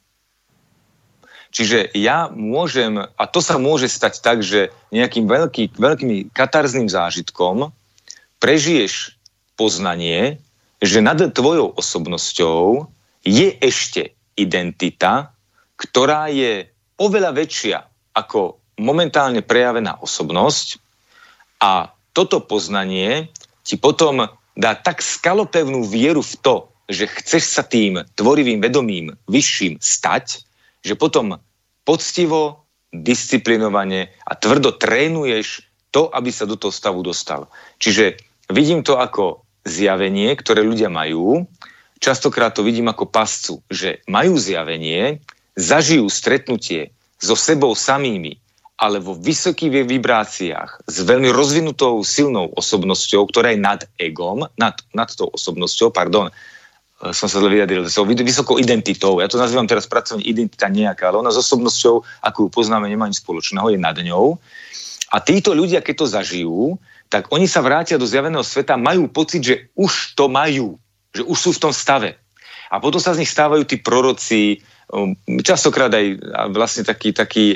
Čiže ja môžem, a to sa môže stať tak, že nejakým veľkým katarzným zážitkom prežiješ poznanie, že nad tvojou osobnosťou je ešte identita, ktorá je oveľa väčšia ako momentálne prejavená osobnosť a toto poznanie ti potom dá tak skalopevnú vieru v to, že chceš sa tým tvorivým vedomím vyšším stať, že potom poctivo, disciplinovane a tvrdo trénuješ to, aby sa do toho stavu dostal. Čiže vidím to ako zjavenie, ktoré ľudia majú. Častokrát to vidím ako pascu, že majú zjavenie, zažijú stretnutie so sebou samými, ale vo vysokých vibráciách s veľmi rozvinutou silnou osobnosťou, ktorá je nad egom, nad tou osobnosťou, som sa zle vyjadril, s vysokou identitou. Ja to nazývam teraz pracovne identita nejaká, ale ona s osobnosťou, ako ju poznáme, nemá nič spoločného, je nad ňou. A títo ľudia, keď to zažijú, tak oni sa vrátia do zjaveného sveta, majú pocit, že už to majú, že už sú v tom stave. A potom sa z nich stávajú tí proroci, častokrát aj vlastne taký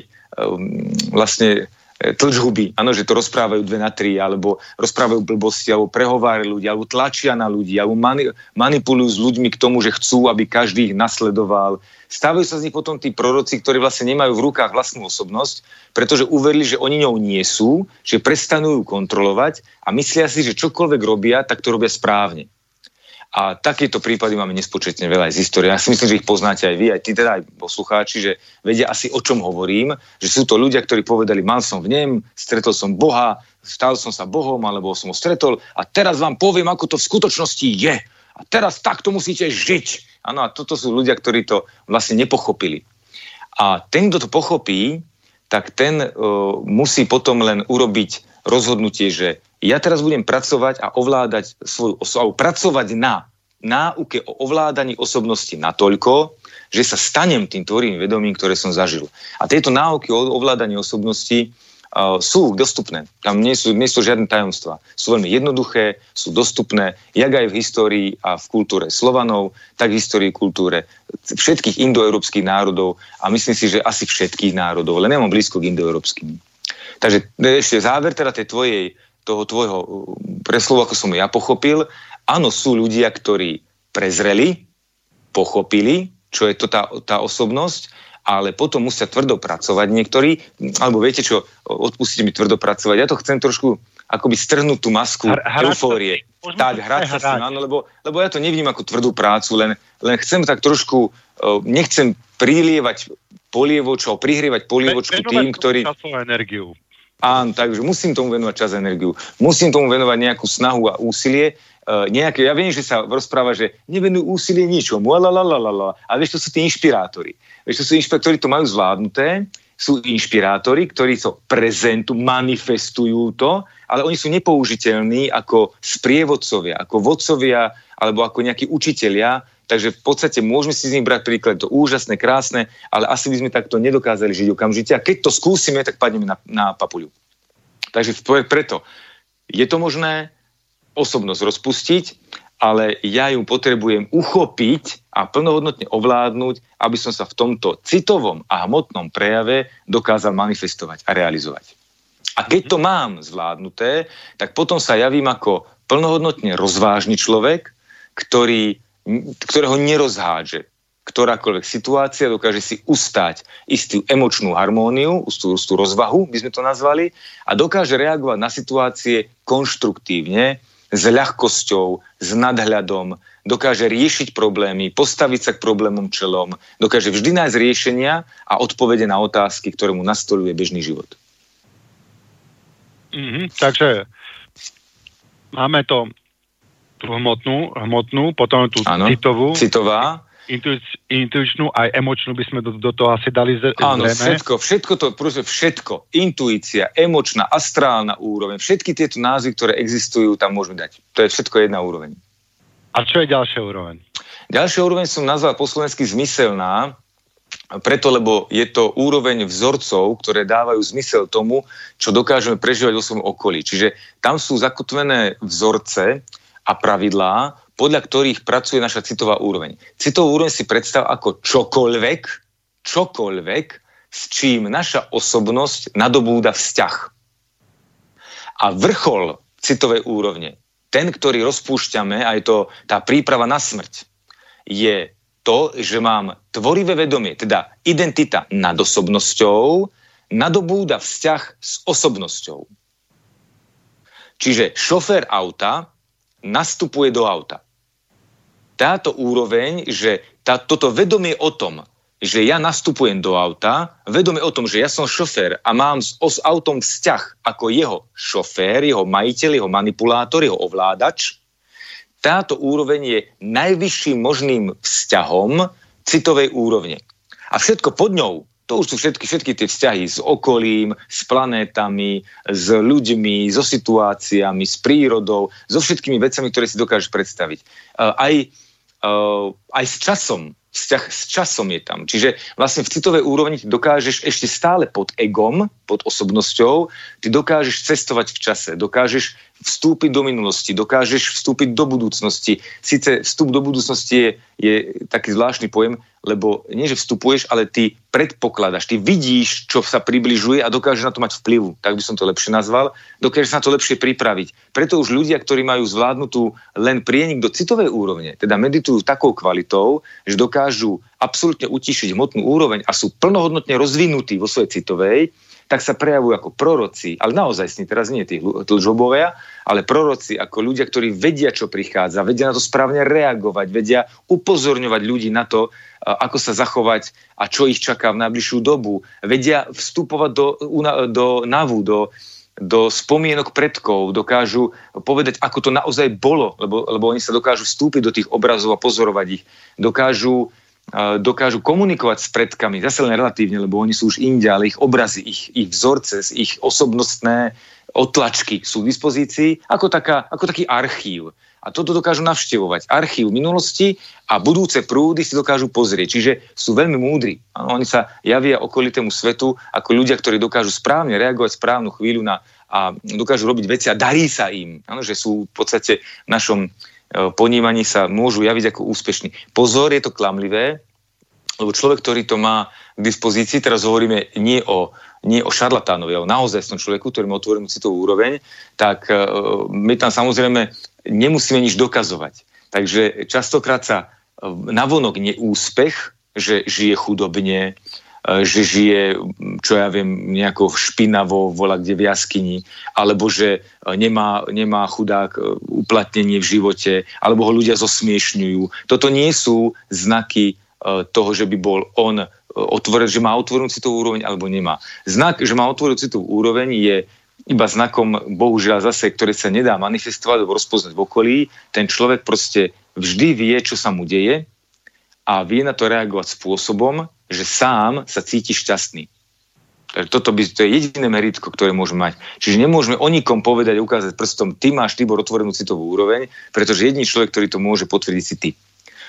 vlastne tlčhuby, áno, že to rozprávajú 2 na 3, alebo rozprávajú blbosti, alebo prehovárajú ľudí, alebo tlačia na ľudí, alebo manipulujú s ľuďmi k tomu, že chcú, aby každý ich nasledoval. Stávajú sa z nich potom tí proroci, ktorí vlastne nemajú v rukách vlastnú osobnosť, pretože uverili, že oni ňou nie sú, že prestanú ju kontrolovať a myslia si, že čokoľvek robia, tak to robia správne. A takéto prípady máme nespočetne veľa aj z histórie. Ja si myslím, že ich poznáte aj vy, aj tí teda aj poslucháči, že vedia asi o čom hovorím, že sú to ľudia, ktorí povedali, mal som v nem, stretol som Boha, stal som sa Bohom, alebo som ho stretol a teraz vám poviem, ako to v skutočnosti je. A teraz takto musíte žiť. Áno, a toto sú ľudia, ktorí to vlastne nepochopili. A ten, kto to pochopí, tak ten musí potom len urobiť rozhodnutie, že ja teraz budem pracovať a ovládať svoju osobu, pracovať na náuke o ovládaní osobnosti natoľko, že sa stanem tým tvorivým vedomím, ktoré som zažil. A tieto náuky o ovládaní osobnosti sú dostupné. Tam nie sú žiadne tajomstvá. Sú veľmi jednoduché, sú dostupné, jak aj v histórii a v kultúre Slovanov, tak v histórii kultúre všetkých indoeurópskych národov a myslím si, že asi všetkých národov, len nemám blízko k indoeurópskym. Takže ešte záver teda toho tvojho preslovu, ako som ja pochopil, áno, sú ľudia, ktorí prezreli, pochopili, čo je to tá osobnosť, ale potom musia tvrdo pracovať niektorí, alebo viete čo, odpustite mi tvrdo pracovať, ja to chcem trošku akoby strhnúť tú masku eufórie. Tak, hrať sa s tým, áno, lebo ja to nevním ako tvrdú prácu, len chcem tak trošku, nechcem prihrievať polievočku tým, ktorí... energiu. Áno, takže musím tomu venovať čas a energiu. Musím tomu venovať nejakú snahu a úsilie. Ja viem, že sa rozpráva, že nevenujú úsilie ničomu. A vieš, to sú tí inšpirátori. Vieš, to sú inšpirátori, ktorí to majú zvládnuté. Sú inšpirátori, ktorí to prezentujú, manifestujú to, ale oni sú nepoužiteľní ako sprievodcovia, ako vodcovia alebo ako nejakí učitelia. Takže v podstate môžeme si z nich brať príklad, to úžasné, krásne, ale asi by sme takto nedokázali žiť okamžite. A keď to skúsime, tak padneme na papuľu. Takže preto je to možné osobnosť rozpustiť, ale ja ju potrebujem uchopiť a plnohodnotne ovládnuť, aby som sa v tomto citovom a hmotnom prejave dokázal manifestovať a realizovať. A keď to mám zvládnuté, tak potom sa javím ako plnohodnotne rozvážny človek, ktorého nerozhádže ktorákoľvek situácia, dokáže si ustáť istú emočnú harmóniu, istú rozvahu, by sme to nazvali, a dokáže reagovať na situácie konštruktívne, s ľahkosťou, s nadhľadom, dokáže riešiť problémy, postaviť sa k problémom čelom, dokáže vždy nájsť riešenia a odpovede na otázky, ktoré mu nastoluje bežný život. Takže máme tú hmotnú, potom tú citová, intuičnú, aj emočnú by sme do toho asi dali zrejme. Áno, všetko. Intuícia, emočná, astrálna úroveň, všetky tieto názvy, ktoré existujú, tam môžeme dať. To je všetko jedna úroveň. A čo je ďalšia úroveň? Ďalšia úroveň som nazval po slovensky zmyselná, preto, lebo je to úroveň vzorcov, ktoré dávajú zmysel tomu, čo dokážeme prežívať vo svojom okolí. Čiže tam sú zakotvené vzorce a pravidlá, podľa ktorých pracuje naša citová úroveň. Citovú úroveň si predstav ako čokoľvek, s čím naša osobnosť nadobúda vzťah. A vrchol citovej úrovne, ten, ktorý rozpúšťame, a je to tá príprava na smrť, je to, že mám tvorivé vedomie, teda identita nad osobnosťou, nadobúda vzťah s osobnosťou. Čiže šofér auta nastupuje do auta. Táto úroveň, že toto vedomie o tom, že ja nastupujem do auta, vedomie o tom, že ja som šofér a mám s autom vzťah ako jeho šofér, jeho majiteľ, jeho manipulátor, jeho ovládač, táto úroveň je najvyšším možným vzťahom citovej úrovne. A všetko pod ňou, to už sú všetky tie vzťahy s okolím, s planétami, s ľuďmi, so situáciami, s prírodou, so všetkými vecami, ktoré si dokážeš predstaviť. Aj s časom. Vzťah s časom je tam. Čiže vlastne v citovej úrovni ty dokážeš ešte stále pod egom, pod osobnosťou, ty dokážeš cestovať v čase, dokážeš vstúpiť do minulosti, dokážeš vstúpiť do budúcnosti. Sice vstup do budúcnosti je taký zvláštny pojem, lebo nie, že vstupuješ, ale ty predpokladaš, ty vidíš, čo sa približuje a dokážeš na to mať vplyv. Tak by som to lepšie nazval. Dokážeš na to lepšie pripraviť. Preto už ľudia, ktorí majú zvládnutú len prienik do citovej úrovne, teda meditujú takou kvalitou, že dokážu absolútne utišiť hmotnú úroveň a sú plnohodnotne rozvinutí vo svojej citovej, tak sa prejavujú ako proroci, ale naozaj teraz nie tí tlžobovia, ale proroci ako ľudia, ktorí vedia, čo prichádza, vedia na to správne reagovať, vedia upozorňovať ľudí na to, ako sa zachovať a čo ich čaká v najbližšiu dobu. Vedia vstupovať do spomienok predkov, dokážu povedať, ako to naozaj bolo, lebo oni sa dokážu vstúpiť do tých obrazov a pozorovať ich. Dokážu komunikovať s predkami, zase len relatívne, lebo oni sú už inde, ale ich obrazy, ich vzorce, ich osobnostné otlačky sú k dispozícii ako taký archív. A toto dokážu navštevovať. Archív minulosti a budúce prúdy si dokážu pozrieť. Čiže sú veľmi múdri. Oni sa javia okolitému svetu ako ľudia, ktorí dokážu správne reagovať správnu chvíľu a dokážu robiť veci a darí sa im. Ano, že sú v podstate v našom ponímaní sa môžu javiť ako úspešní. Pozor, je to klamlivé, lebo človek, ktorý to má k dispozícii, teraz hovoríme nie o šarlatánovi, ale naozaj som človeku, ktorý má otvorenú citovú úroveň, tak my tam samozrejme nemusíme nič dokazovať. Takže častokrát sa navonok neúspech, že žije chudobne, že žije, čo ja viem, nejako špinavo, volá kde v jaskyni, alebo že nemá chudák uplatnenie v živote, alebo ho ľudia zosmiešňujú. Toto nie sú znaky toho, že by bol on otvorený, že má otvorenú citovú úroveň, alebo nemá. Znak, že má otvorenú citovú úroveň, je iba znakom, bohužiaľ zase, ktoré sa nedá manifestovať alebo rozpoznať v okolí. Ten človek proste vždy vie, čo sa mu deje a vie na to reagovať spôsobom, že sám sa cíti šťastný. Takže to je jediné meritko, ktoré môžeme mať. Čiže nemôžeme o nikom povedať, ukázať prstom, ty máš, Tibor, otvorenú citovú úroveň, pretože jediný človek, ktorý to môže potvrdiť, si ty.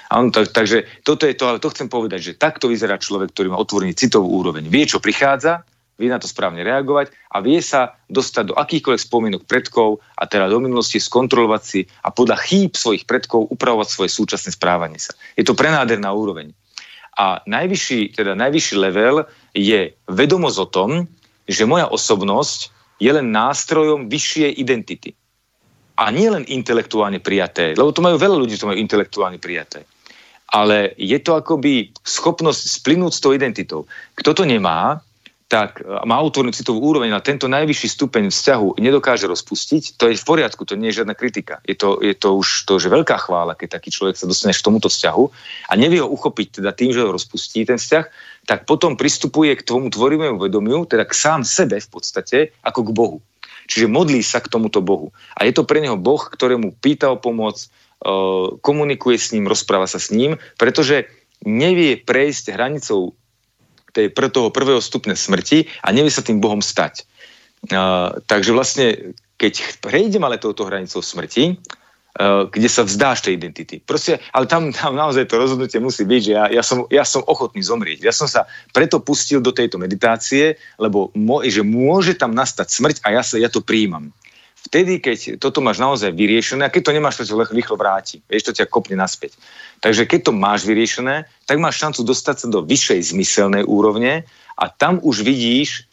Takže toto je to, ale to chcem povedať, že takto vyzerá človek, ktorý má otvorený citovú úroveň. Vie, čo prichádza, vie na to správne reagovať a vie sa dostať do akýchkoľvek spomienok predkov a teda do minulosti skontrolovať si a podľa chýb svojich predkov upravovať svoje súčasné správanie sa. Je to prenádherná úroveň. A najvyšší level je vedomosť o tom, že moja osobnosť je len nástrojom vyššej identity. A nie len intelektuálne prijaté, lebo to majú veľa ľudí, to majú intelektuálne prijaté. Ale je to akoby schopnosť splynúť s tou identitou. Kto to nemá, tak má otvorenú citovú úroveň a tento najvyšší stupeň vzťahu nedokáže rozpustiť, to je v poriadku, to nie je žiadna kritika. Je to už to, že veľká chvála, keď taký človek sa dostane k tomuto vzťahu a nevie ho uchopiť teda tým, že ho rozpustí ten vzťah, tak potom pristupuje k tomu tvorivému vedomiu, teda k sám sebe v podstate, ako k Bohu. Čiže modlí sa k tomuto Bohu. A je to pre neho Boh, ktorému pýta o pomoc, komunikuje s ním, rozpráva sa s ním, pretože nevie prejsť hranicou toho prvého stupňa smrti a nevie sa tým Bohom stať. Takže vlastne, keď prejdem ale touto hranicou smrti, kde sa vzdáš tej identity. Proste, ale tam naozaj to rozhodnutie musí byť, že ja som ochotný zomrieť. Ja som sa preto pustil do tejto meditácie, lebo že môže tam nastať smrť a ja to prijímam. Vtedy, keď toto máš naozaj vyriešené, a keď to nemáš, to ťa rýchlo vráti. Vieš, to ťa kopne naspäť. Takže keď to máš vyriešené, tak máš šancu dostať sa do vyššej zmyselnej úrovne a tam už vidíš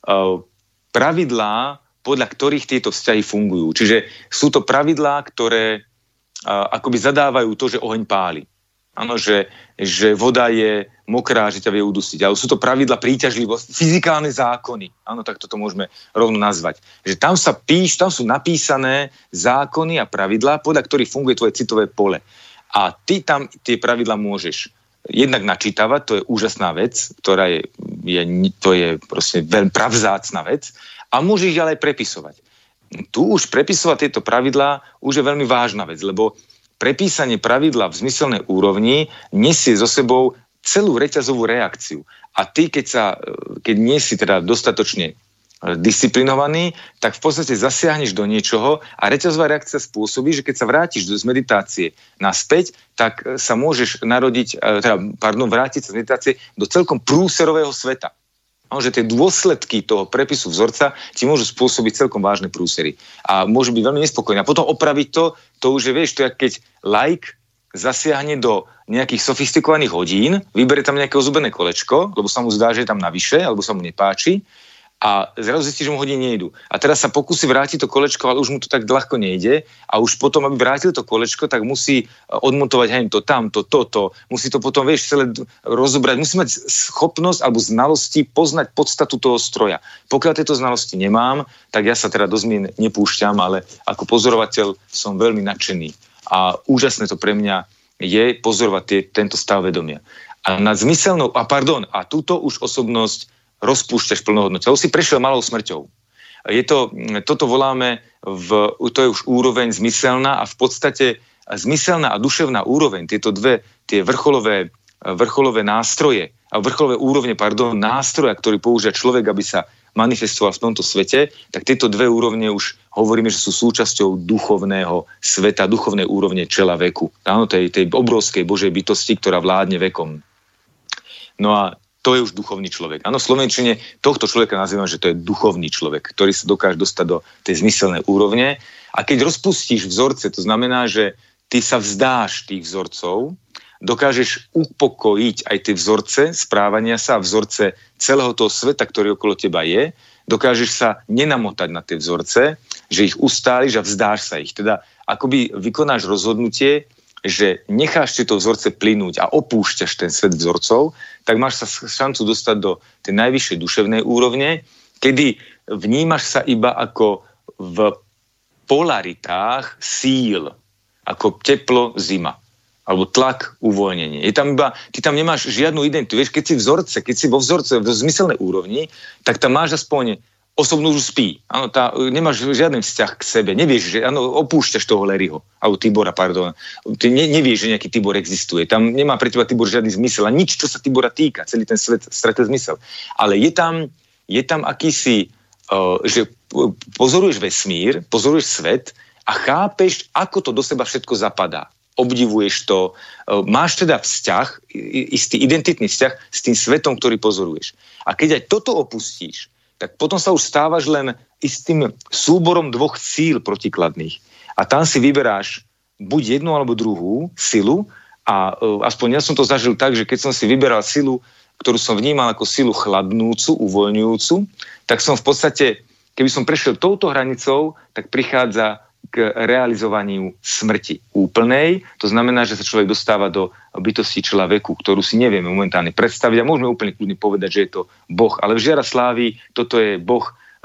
pravidlá, podľa ktorých tieto vzťahy fungujú. Čiže sú to pravidlá, ktoré akoby zadávajú to, že oheň páli. Áno, že voda je mokrá, že ťa vie udusiť. Ale sú to pravidlá príťažlivosti, fyzikálne zákony. Áno, tak toto môžeme rovno nazvať. Že tam sú napísané zákony a pravidlá, podľa ktorých funguje tvoje citové pole. A ty tam tie pravidlá môžeš jednak načítavať, to je úžasná vec, ktorá to je proste veľmi pravzácna vec, a môžeš ich ďalej prepisovať. Tu už prepisovať tieto pravidlá už je veľmi vážna vec, lebo prepísanie pravidla v zmyselnej úrovni nesie so sebou celú reťazovú reakciu. A ty, keď nie si teda dostatočne disciplinovaný, tak v podstate zasiahneš do niečoho a reťazová reakcia spôsobí, že keď sa vrátiš z meditácie naspäť, tak sa môžeš vrátiť sa z meditácie do celkom prúserového sveta. Že tie dôsledky toho prepisu vzorca ti môžu spôsobiť celkom vážne prúsery. A môžu byť veľmi nespokojné. A potom opraviť to už je, vieš, to je, keď laik zasiahne do nejakých sofistikovaných hodín, vybere tam nejaké ozubené kolečko, lebo sa mu zdá, že je tam navyše, alebo sa mu nepáči, a zrazu zistí, že mu hodiny nejdu. A teraz sa pokúsi vrátiť to kolečko, ale už mu to tak ľahko nejde a už potom, aby vrátil to kolečko, tak musí odmontovať hento, tamto, toto, musí to potom, vieš, celé rozobrať, musí mať schopnosť alebo znalosti poznať podstatu toho stroja. Pokiaľ tieto znalosti nemám, tak ja sa teda do zmien nepúšťam, ale ako pozorovateľ som veľmi nadšený a úžasné to pre mňa je pozorovať tento stav vedomia. A nad zmyselnou, a túto už osobnosť rozpúšťaš plnohodnotne. To si prešiel malou smrťou. Toto voláme, to je už úroveň zmyselná a v podstate zmyselná a duševná úroveň, tieto dve, tie vrcholové nástroje, a vrcholové úrovne, nástroja, ktorý používa človek, aby sa manifestoval v tomto svete, tak tieto dve úrovne už hovoríme, že sú súčasťou duchovného sveta, duchovnej úrovne čela veku. Áno, tej obrovskej Božej bytosti, ktorá vládne vekom. No a to je už duchovný človek. Áno, v slovenčine tohto človeka nazývam, že to je duchovný človek, ktorý sa dokáže dostať do tej zmyselnej úrovne. A keď rozpustíš vzorce, to znamená, že ty sa vzdáš tých vzorcov, dokážeš upokojiť aj tie vzorce správania sa, vzorce celého toho sveta, ktorý okolo teba je, dokážeš sa nenamotať na tie vzorce, že ich ustáliš a vzdáš sa ich. Teda akoby vykonáš rozhodnutie, že necháš tieto vzorce plynúť a opúšťaš ten svet vzorcov, tak máš sa šancu dostať do tej najvyššej duševnej úrovne, kedy vnímaš sa iba ako v polaritách síl, ako teplo, zima, alebo tlak, uvoľnenie. Ty tam nemáš žiadnu identitu. Vieš, keď si vo vzorce, v zmyselnej úrovni, tak tam máš aspoň osobnú už spí. Áno, nemáš žiadny vzťah k sebe. Nevieš, že opúšťaš toho Larryho, alebo Tibora, pardon. Ty nevieš, že nejaký Tibor existuje. Tam nemá pre teba Tibor žiadny zmysel a nič, čo sa Tibora týka. Celý ten svet stratil zmysel. Ale je tam akýsi, že pozoruješ vesmír, pozoruješ svet a chápeš, ako to do seba všetko zapadá. Obdivuješ to, máš teda vzťah, istý identitný vzťah s tým svetom, ktorý pozoruješ. A keď aj toto opustíš, tak potom sa už stávaš len istým súborom dvoch síl protikladných. A tam si vyberáš buď jednu alebo druhú silu a aspoň ja som to zažil tak, že keď som si vyberal silu, ktorú som vnímal ako silu chladnúcu, uvoľňujúcu, tak som v podstate, keby som prešiel touto hranicou, tak prichádza k realizovaniu smrti úplnej. To znamená, že sa človek dostáva do bytosti čela veku, ktorú si nevieme momentálne predstaviť a môžeme úplne kľudne povedať, že je to Boh. Ale v Žiaraslávii toto je Boh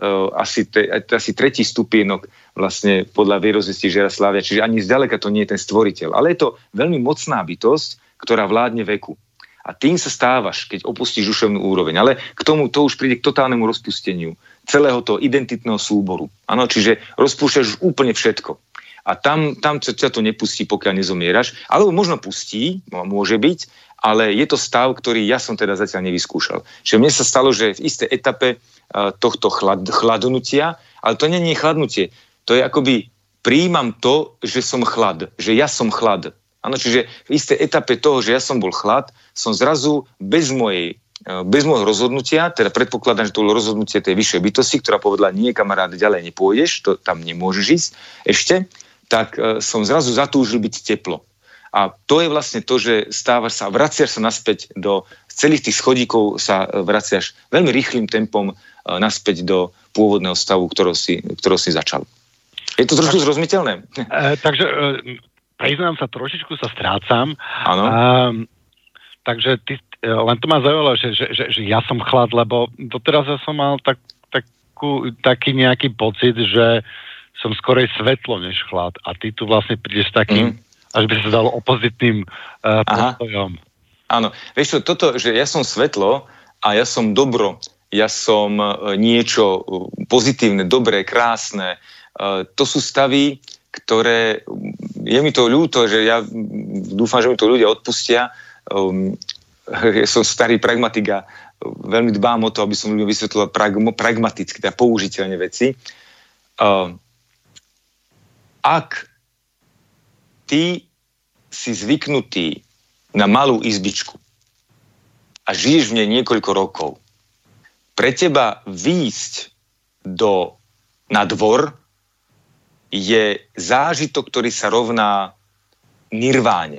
asi tretí stupienok vlastne podľa vierozvesti Žiaraslávia, čiže ani zďaleka to nie je ten stvoriteľ. Ale je to veľmi mocná bytosť, ktorá vládne veku. A tým sa stávaš, keď opustíš duševnú úroveň. Ale k tomu to už príde k totálnemu rozpusteniu celého toho identitného súboru. Áno, čiže rozpúšťaš úplne všetko. A tam ťa to nepustí, pokiaľ nezomieraš. Alebo možno pustí, môže byť, ale je to stav, ktorý ja som teda zatiaľ nevyskúšal. Čiže mne sa stalo, že v istej etape tohto chladnutia, ale to nie je chladnutie. To je akoby prijímam to, že som chlad, že ja som chlad. Áno, čiže v istej etape toho, že ja som bol chlad, som zrazu bez môjho rozhodnutia, teda predpokladám, že to bolo rozhodnutie tej vyššej bytosti, ktorá povedala, nie kamarát, ďalej nepôjdeš, to tam nemôžeš ísť ešte, tak som zrazu zatúžil byť teplo. A to je vlastne to, že vraciaš sa naspäť do celých tých schodíkov, sa vraciaš veľmi rýchlým tempom naspäť do pôvodného stavu, ktorého si začal. Je to trošku zrozumiteľné? Takže priznám sa, trošičku sa strácam. Áno. Takže len to ma zaujalo, že ja som chlad, lebo doteraz ja som mal taký nejaký pocit, že som skorej svetlo než chlad. A ty tu vlastne prídeš s takým, až by sa dalo opozitným postojom. Áno. Vieš čo, toto, že ja som svetlo a ja som dobro, ja som niečo pozitívne, dobré, krásne, to sú stavy, ktoré, je mi to ľúto, že ja dúfam, že mi to ľudia odpustia. Ja som starý pragmatik a veľmi dbám o to, aby som ľuďom vysvetlil pragmaticky, teda použiteľne veci. Ak ty si zvyknutý na malú izbičku a žiješ v nej niekoľko rokov, pre teba výjsť na dvor je zážitok, ktorý sa rovná nirváne.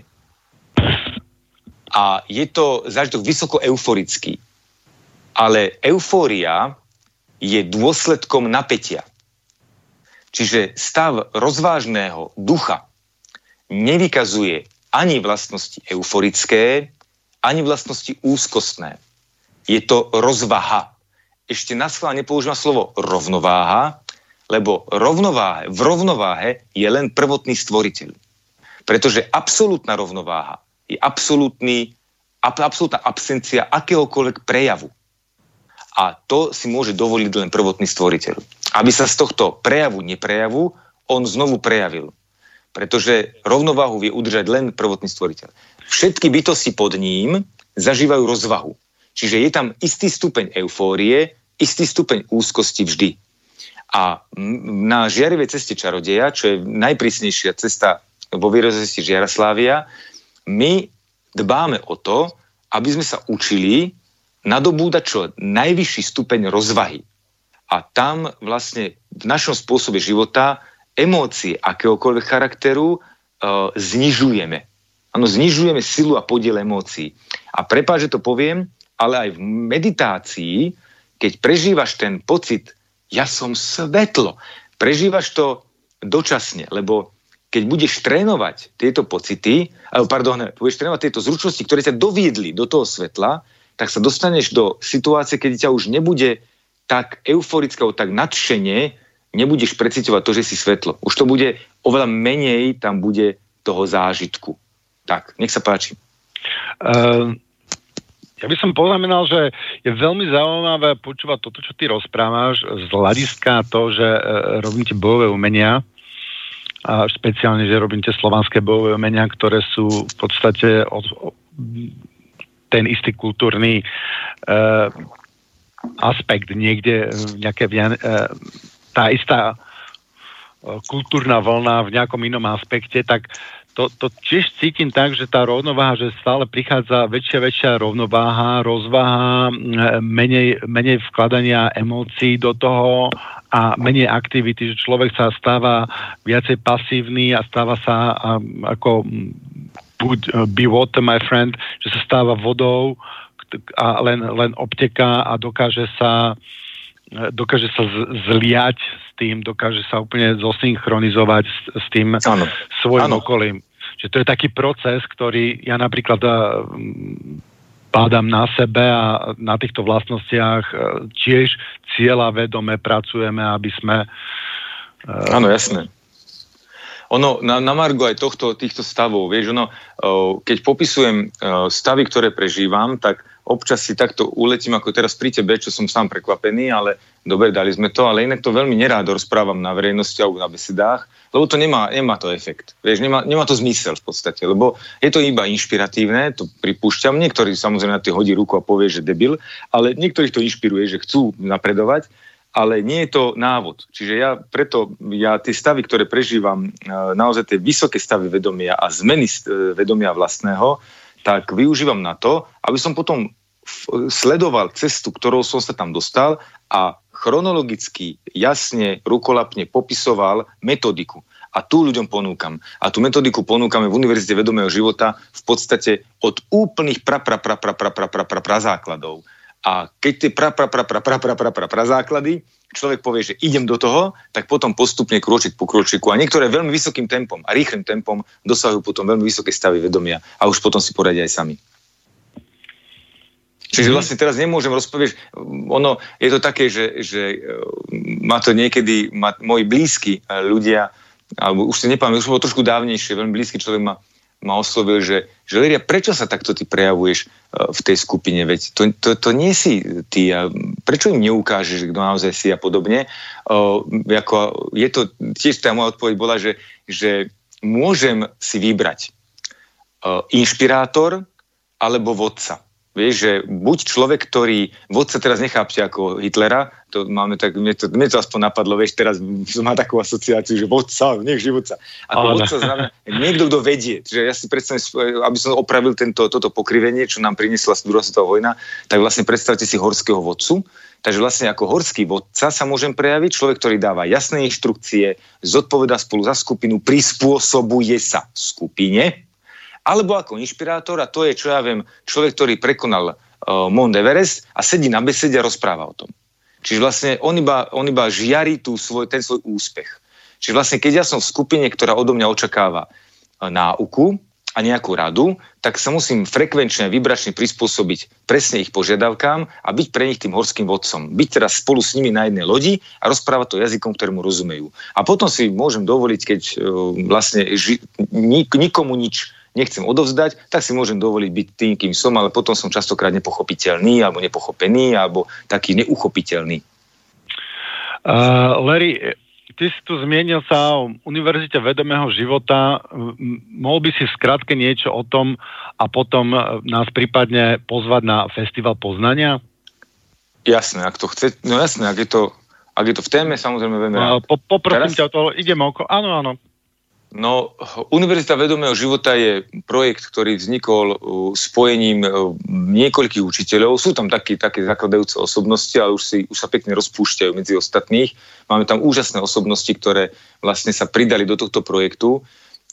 A je to zážitok vysoko euforický. Ale eufória je dôsledkom napätia. Čiže stav rozvážného ducha nevykazuje ani vlastnosti euforické, ani vlastnosti úzkostné. Je to rozvaha. Ešte naschvál nepoužívam slovo rovnováha, lebo v rovnováhe je len prvotný stvoriteľ. Pretože absolútna rovnováha je absolútna absencia akéhokoľvek prejavu. A to si môže dovoliť len prvotný stvoriteľ. Aby sa z tohto neprejavu, on znovu prejavil. Pretože rovnováhu vie udržať len prvotný stvoriteľ. Všetky bytosti pod ním zažívajú rozvahu. Čiže je tam istý stupeň eufórie, istý stupeň úzkosti vždy. A na žiarivej ceste čarodeja, čo je najprísnejšia cesta vo výrozosti Žiaraslávia, my dbáme o to, aby sme sa učili nadobúdať čo najvyšší stupeň rozvahy. A tam vlastne v našom spôsobe života emócie akéhokoľvek charakteru znižujeme. Áno, znižujeme silu a podiel emócií. A prepáč, že to poviem, ale aj v meditácii, keď prežívaš ten pocit, ja som svetlo, prežívaš to dočasne, lebo keď budeš trénovať tieto pocity, budeš trénovať tieto zručnosti, ktoré ťa doviedli do toho svetla, tak sa dostaneš do situácie, keď ťa už nebude tak euforické, tak nadšene, nebudeš preciťovať to, že si svetlo. Už to bude oveľa menej, tam bude toho zážitku. Tak, nech sa páči. Ja by som poznamenal, že je veľmi zaujímavé počúvať toto, čo ty rozprávaš, z hľadiska toho, že robíte bojové umenia, a špeciálne, že robíte slovanské bojové umenia, ktoré sú v podstate ten istý kultúrny aspekt niekde, tá istá kultúrna vlna v nejakom inom aspekte, tak to tiež cítim tak, že tá rovnováha, že stále prichádza väčšia rovnováha, rozvaha, menej vkladania emócií do toho a menej aktivity, že človek sa stáva viacej pasívny a stáva sa ako be water, my friend, že sa stáva vodou a len obteká a dokáže sa zliať s tým, dokáže sa úplne zosynchronizovať s tým svojím okolím. Že to je taký proces, ktorý ja napríklad pádam na sebe a na týchto vlastnostiach tiež cieľavedome pracujeme, aby sme... Áno, jasné. Ono, na margo aj týchto stavov, vieš, keď popisujem stavy, ktoré prežívam, tak občas si takto uletím, ako teraz pri tebe, čo som sám prekvapený, ale dobre, dali sme to, ale inak to veľmi nerádo rozprávam na verejnosti alebo na besedách, lebo to nemá to efekt. Vieš, nemá to zmysel v podstate, lebo je to iba inšpiratívne, to pripúšťam, niektorí samozrejme na tie hodí ruku a povie, že debil, ale niektorých to inšpiruje, že chcú napredovať, ale nie je to návod. Čiže ja tie stavy, ktoré prežívam, naozaj tie vysoké stavy vedomia a zmeny vedomia vlastného, tak využívam na to, aby som potom sledoval cestu, ktorou som sa tam dostal a chronologicky, jasne, rukolapne popisoval metodiku. A tu ľuďom ponúkam. A tú metodiku ponúkame v Univerzite vedomého života v podstate od úplných prazákladov. A keď tie prazáklady, človek povie, že idem do toho, tak potom postupne krôčik po krôčiku. A niektoré veľmi vysokým tempom a rýchlym tempom dosahujú potom veľmi vysoké stavy vedomia. A už potom si poradia aj sami. Čiže vlastne teraz nemôžem rozpovedať, ono je to také, že má to niekedy, moji blízki ľudia, alebo už si nepamätám, už bolo trošku dávnejšie, veľmi blízky človek ma oslovil, že Liria, prečo sa takto ty prejavuješ v tej skupine, veď to nie si ty, a prečo im neukážeš, kto naozaj si a podobne. Je to, tiež tá moja odpoveď bola, že môžem si vybrať inšpirátor alebo vodca. Vieš, že buď človek, ktorý, vodca teraz nechápte ako Hitlera, to máme tak, mne to aspoň napadlo, vieš, teraz má takú asociáciu, že vodca, nech životca. Ako vodca znamená niekto, kto vedie. Čiže ja si predstavím, aby som opravil toto pokrivenie, čo nám priniesla druhá svetová vojna, tak vlastne predstavte si horského vodcu. Takže vlastne ako horský vodca sa môžem prejaviť, človek, ktorý dáva jasné inštrukcie, zodpovedá spolu za skupinu, prispôsobuje sa skupine, alebo ako inšpirátor, a to je, čo ja viem, človek, ktorý prekonal Mount Everest a sedí na besede a rozpráva o tom. Čiže vlastne on iba žiari ten svoj úspech. Čiže vlastne keď ja som v skupine, ktorá odo mňa očakáva náuku a nejakú radu, tak sa musím frekvenčne a vibračne prispôsobiť presne ich požiadavkám a byť pre nich tým horským vodcom. Byť teraz spolu s nimi na jednej lodi a rozprávať to jazykom, ktorému rozumejú. A potom si môžem dovoliť, keď vlastne nikomu nič nechcem odovzdať, tak si môžem dovoliť byť tým, kým som, ale potom som častokrát nepochopiteľný, alebo nepochopený, alebo taký neuchopiteľný. Larry, ty si tu zmienil sa o Univerzite vedomého života. Mohol by si v skratke niečo o tom a potom nás prípadne pozvať na Festival poznania? Jasné, ak to chce. No jasné, ak je to v téme, samozrejme veľmi rád. Poprosím ťa o to, ideme oko. Áno. No, Univerzita vedomého života je projekt, ktorý vznikol spojením niekoľkých učiteľov. Sú tam také zakladajúce osobnosti, ale už sa pekne rozpúšťajú medzi ostatných. Máme tam úžasné osobnosti, ktoré vlastne sa pridali do tohto projektu.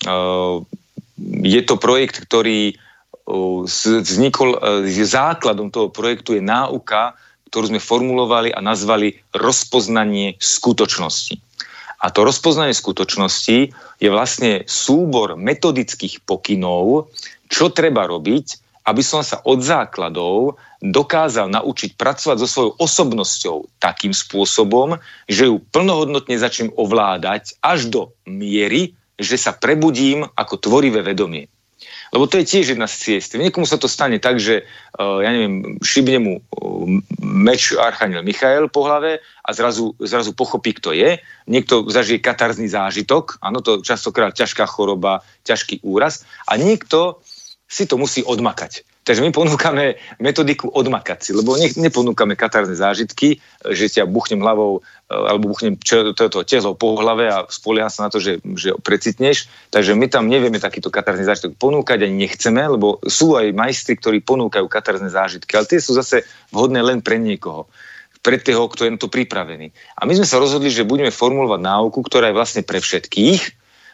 Je to projekt, ktorý vznikol, základom toho projektu je náuka, ktorú sme formulovali a nazvali rozpoznanie skutočnosti. A to rozpoznanie skutočnosti je vlastne súbor metodických pokynov, čo treba robiť, aby som sa od základov dokázal naučiť pracovať so svojou osobnosťou takým spôsobom, že ju plnohodnotne začnem ovládať až do miery, že sa prebudím ako tvorivé vedomie. Lebo to je tiež jedna z ciest. Niekomu sa to stane tak, že šibne mu meč archaniel Michael po hlave a zrazu pochopí, kto je. Niekto zažije katarzný zážitok, áno, to častokrát ťažká choroba, ťažký úraz a niekto si to musí odmakať. Takže my ponúkame metodiku odmakať si, lebo neponúkame katarzné zážitky, že ťa buchnem hlavou alebo buchnem tehlo po hlave a spolieham sa na to, že precitneš. Takže my tam nevieme takýto katarzný zážitok ponúkať, ani nechceme, lebo sú aj majstri, ktorí ponúkajú katarzné zážitky, ale tie sú zase vhodné len pre niekoho, pre toho, kto je na to pripravený. A my sme sa rozhodli, že budeme formulovať náuku, ktorá je vlastne pre všetkých,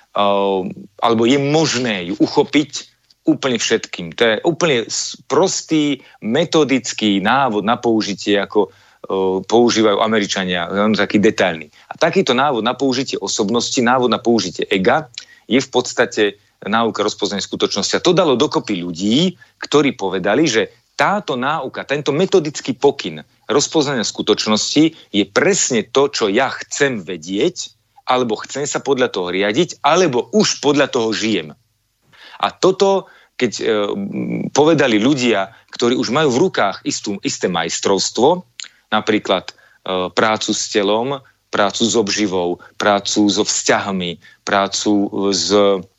alebo je možné ju uchopiť úplne všetkým. To je úplne prostý, metodický návod na použitie, ako používajú Američania, taký detailný. A takýto návod na použitie osobnosti, návod na použitie ega je v podstate náuka rozpoznania skutočnosti. A to dalo dokopy ľudí, ktorí povedali, že táto náuka, tento metodický pokyn rozpoznania skutočnosti je presne to, čo ja chcem vedieť, alebo chcem sa podľa toho riadiť, alebo už podľa toho žijem. A toto, keď povedali ľudia, ktorí už majú v rukách isté majstrovstvo, napríklad prácu s telom, prácu s obživou, prácu so vzťahmi, prácu s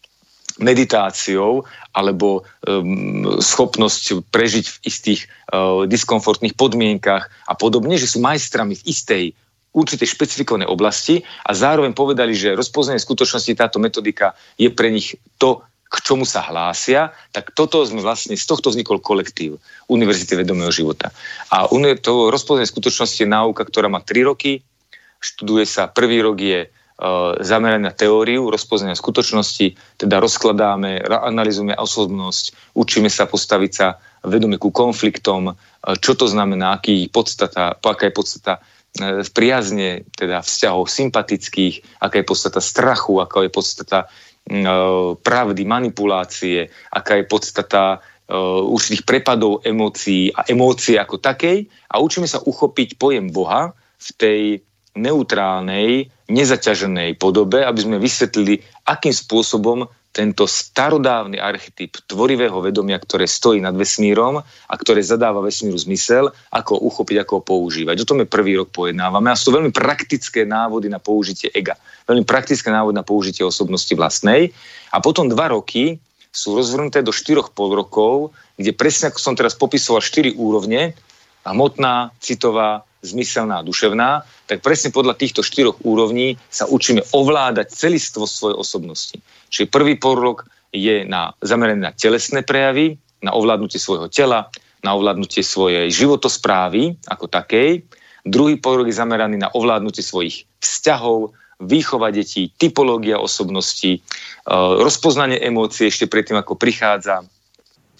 meditáciou alebo schopnosť prežiť v istých diskomfortných podmienkach a podobne, že sú majstrami v istej určitej špecifikovanej oblasti a zároveň povedali, že rozpoznanie skutočnosti táto metodika je pre nich to, k čomu sa hlásia, tak toto z tohto vznikol kolektív Univerzity vedomého života. A to rozpoznanie skutočnosti je náuka, ktorá má 3 roky. Študuje sa, prvý rok je zameraný na teóriu rozpoznania skutočnosti, teda rozkladáme, analyzujeme osobnosť, učíme sa postaviť sa vedome ku konfliktom, čo to znamená, aká je podstata priazne, teda vzťahov sympatických, aká je podstata strachu, aká je podstata pravdy, manipulácie, aká je podstata určitých prepadov emócií a emócie ako takej a učíme sa uchopiť pojem Boha v tej neutrálnej, nezaťaženej podobe, aby sme vysvetlili, akým spôsobom tento starodávny archetyp tvorivého vedomia, ktoré stojí nad vesmírom a ktoré zadáva vesmíru zmysel, ako uchopiť, ako ho používať. O tom je prvý rok pojednávame a sú veľmi praktické návody na použitie ega. Veľmi praktické návody na použitie osobnosti vlastnej. A potom 2 roky sú rozvrhnuté do 4 polrokov, kde presne ako som teraz popisoval 4 úrovne, hmotná, citová, zmyselná a duševná, tak presne podľa týchto 4 úrovní sa učíme ovládať celistvo svojej osobnosti. Čiže prvý polrok je zameraný na telesné prejavy, na ovládnutie svojho tela, na ovládnutie svojej životosprávy ako takej. Druhý polrok je zameraný na ovládnutie svojich vzťahov, výchova detí, typológia osobností, rozpoznanie emócií ešte predtým, ako prichádza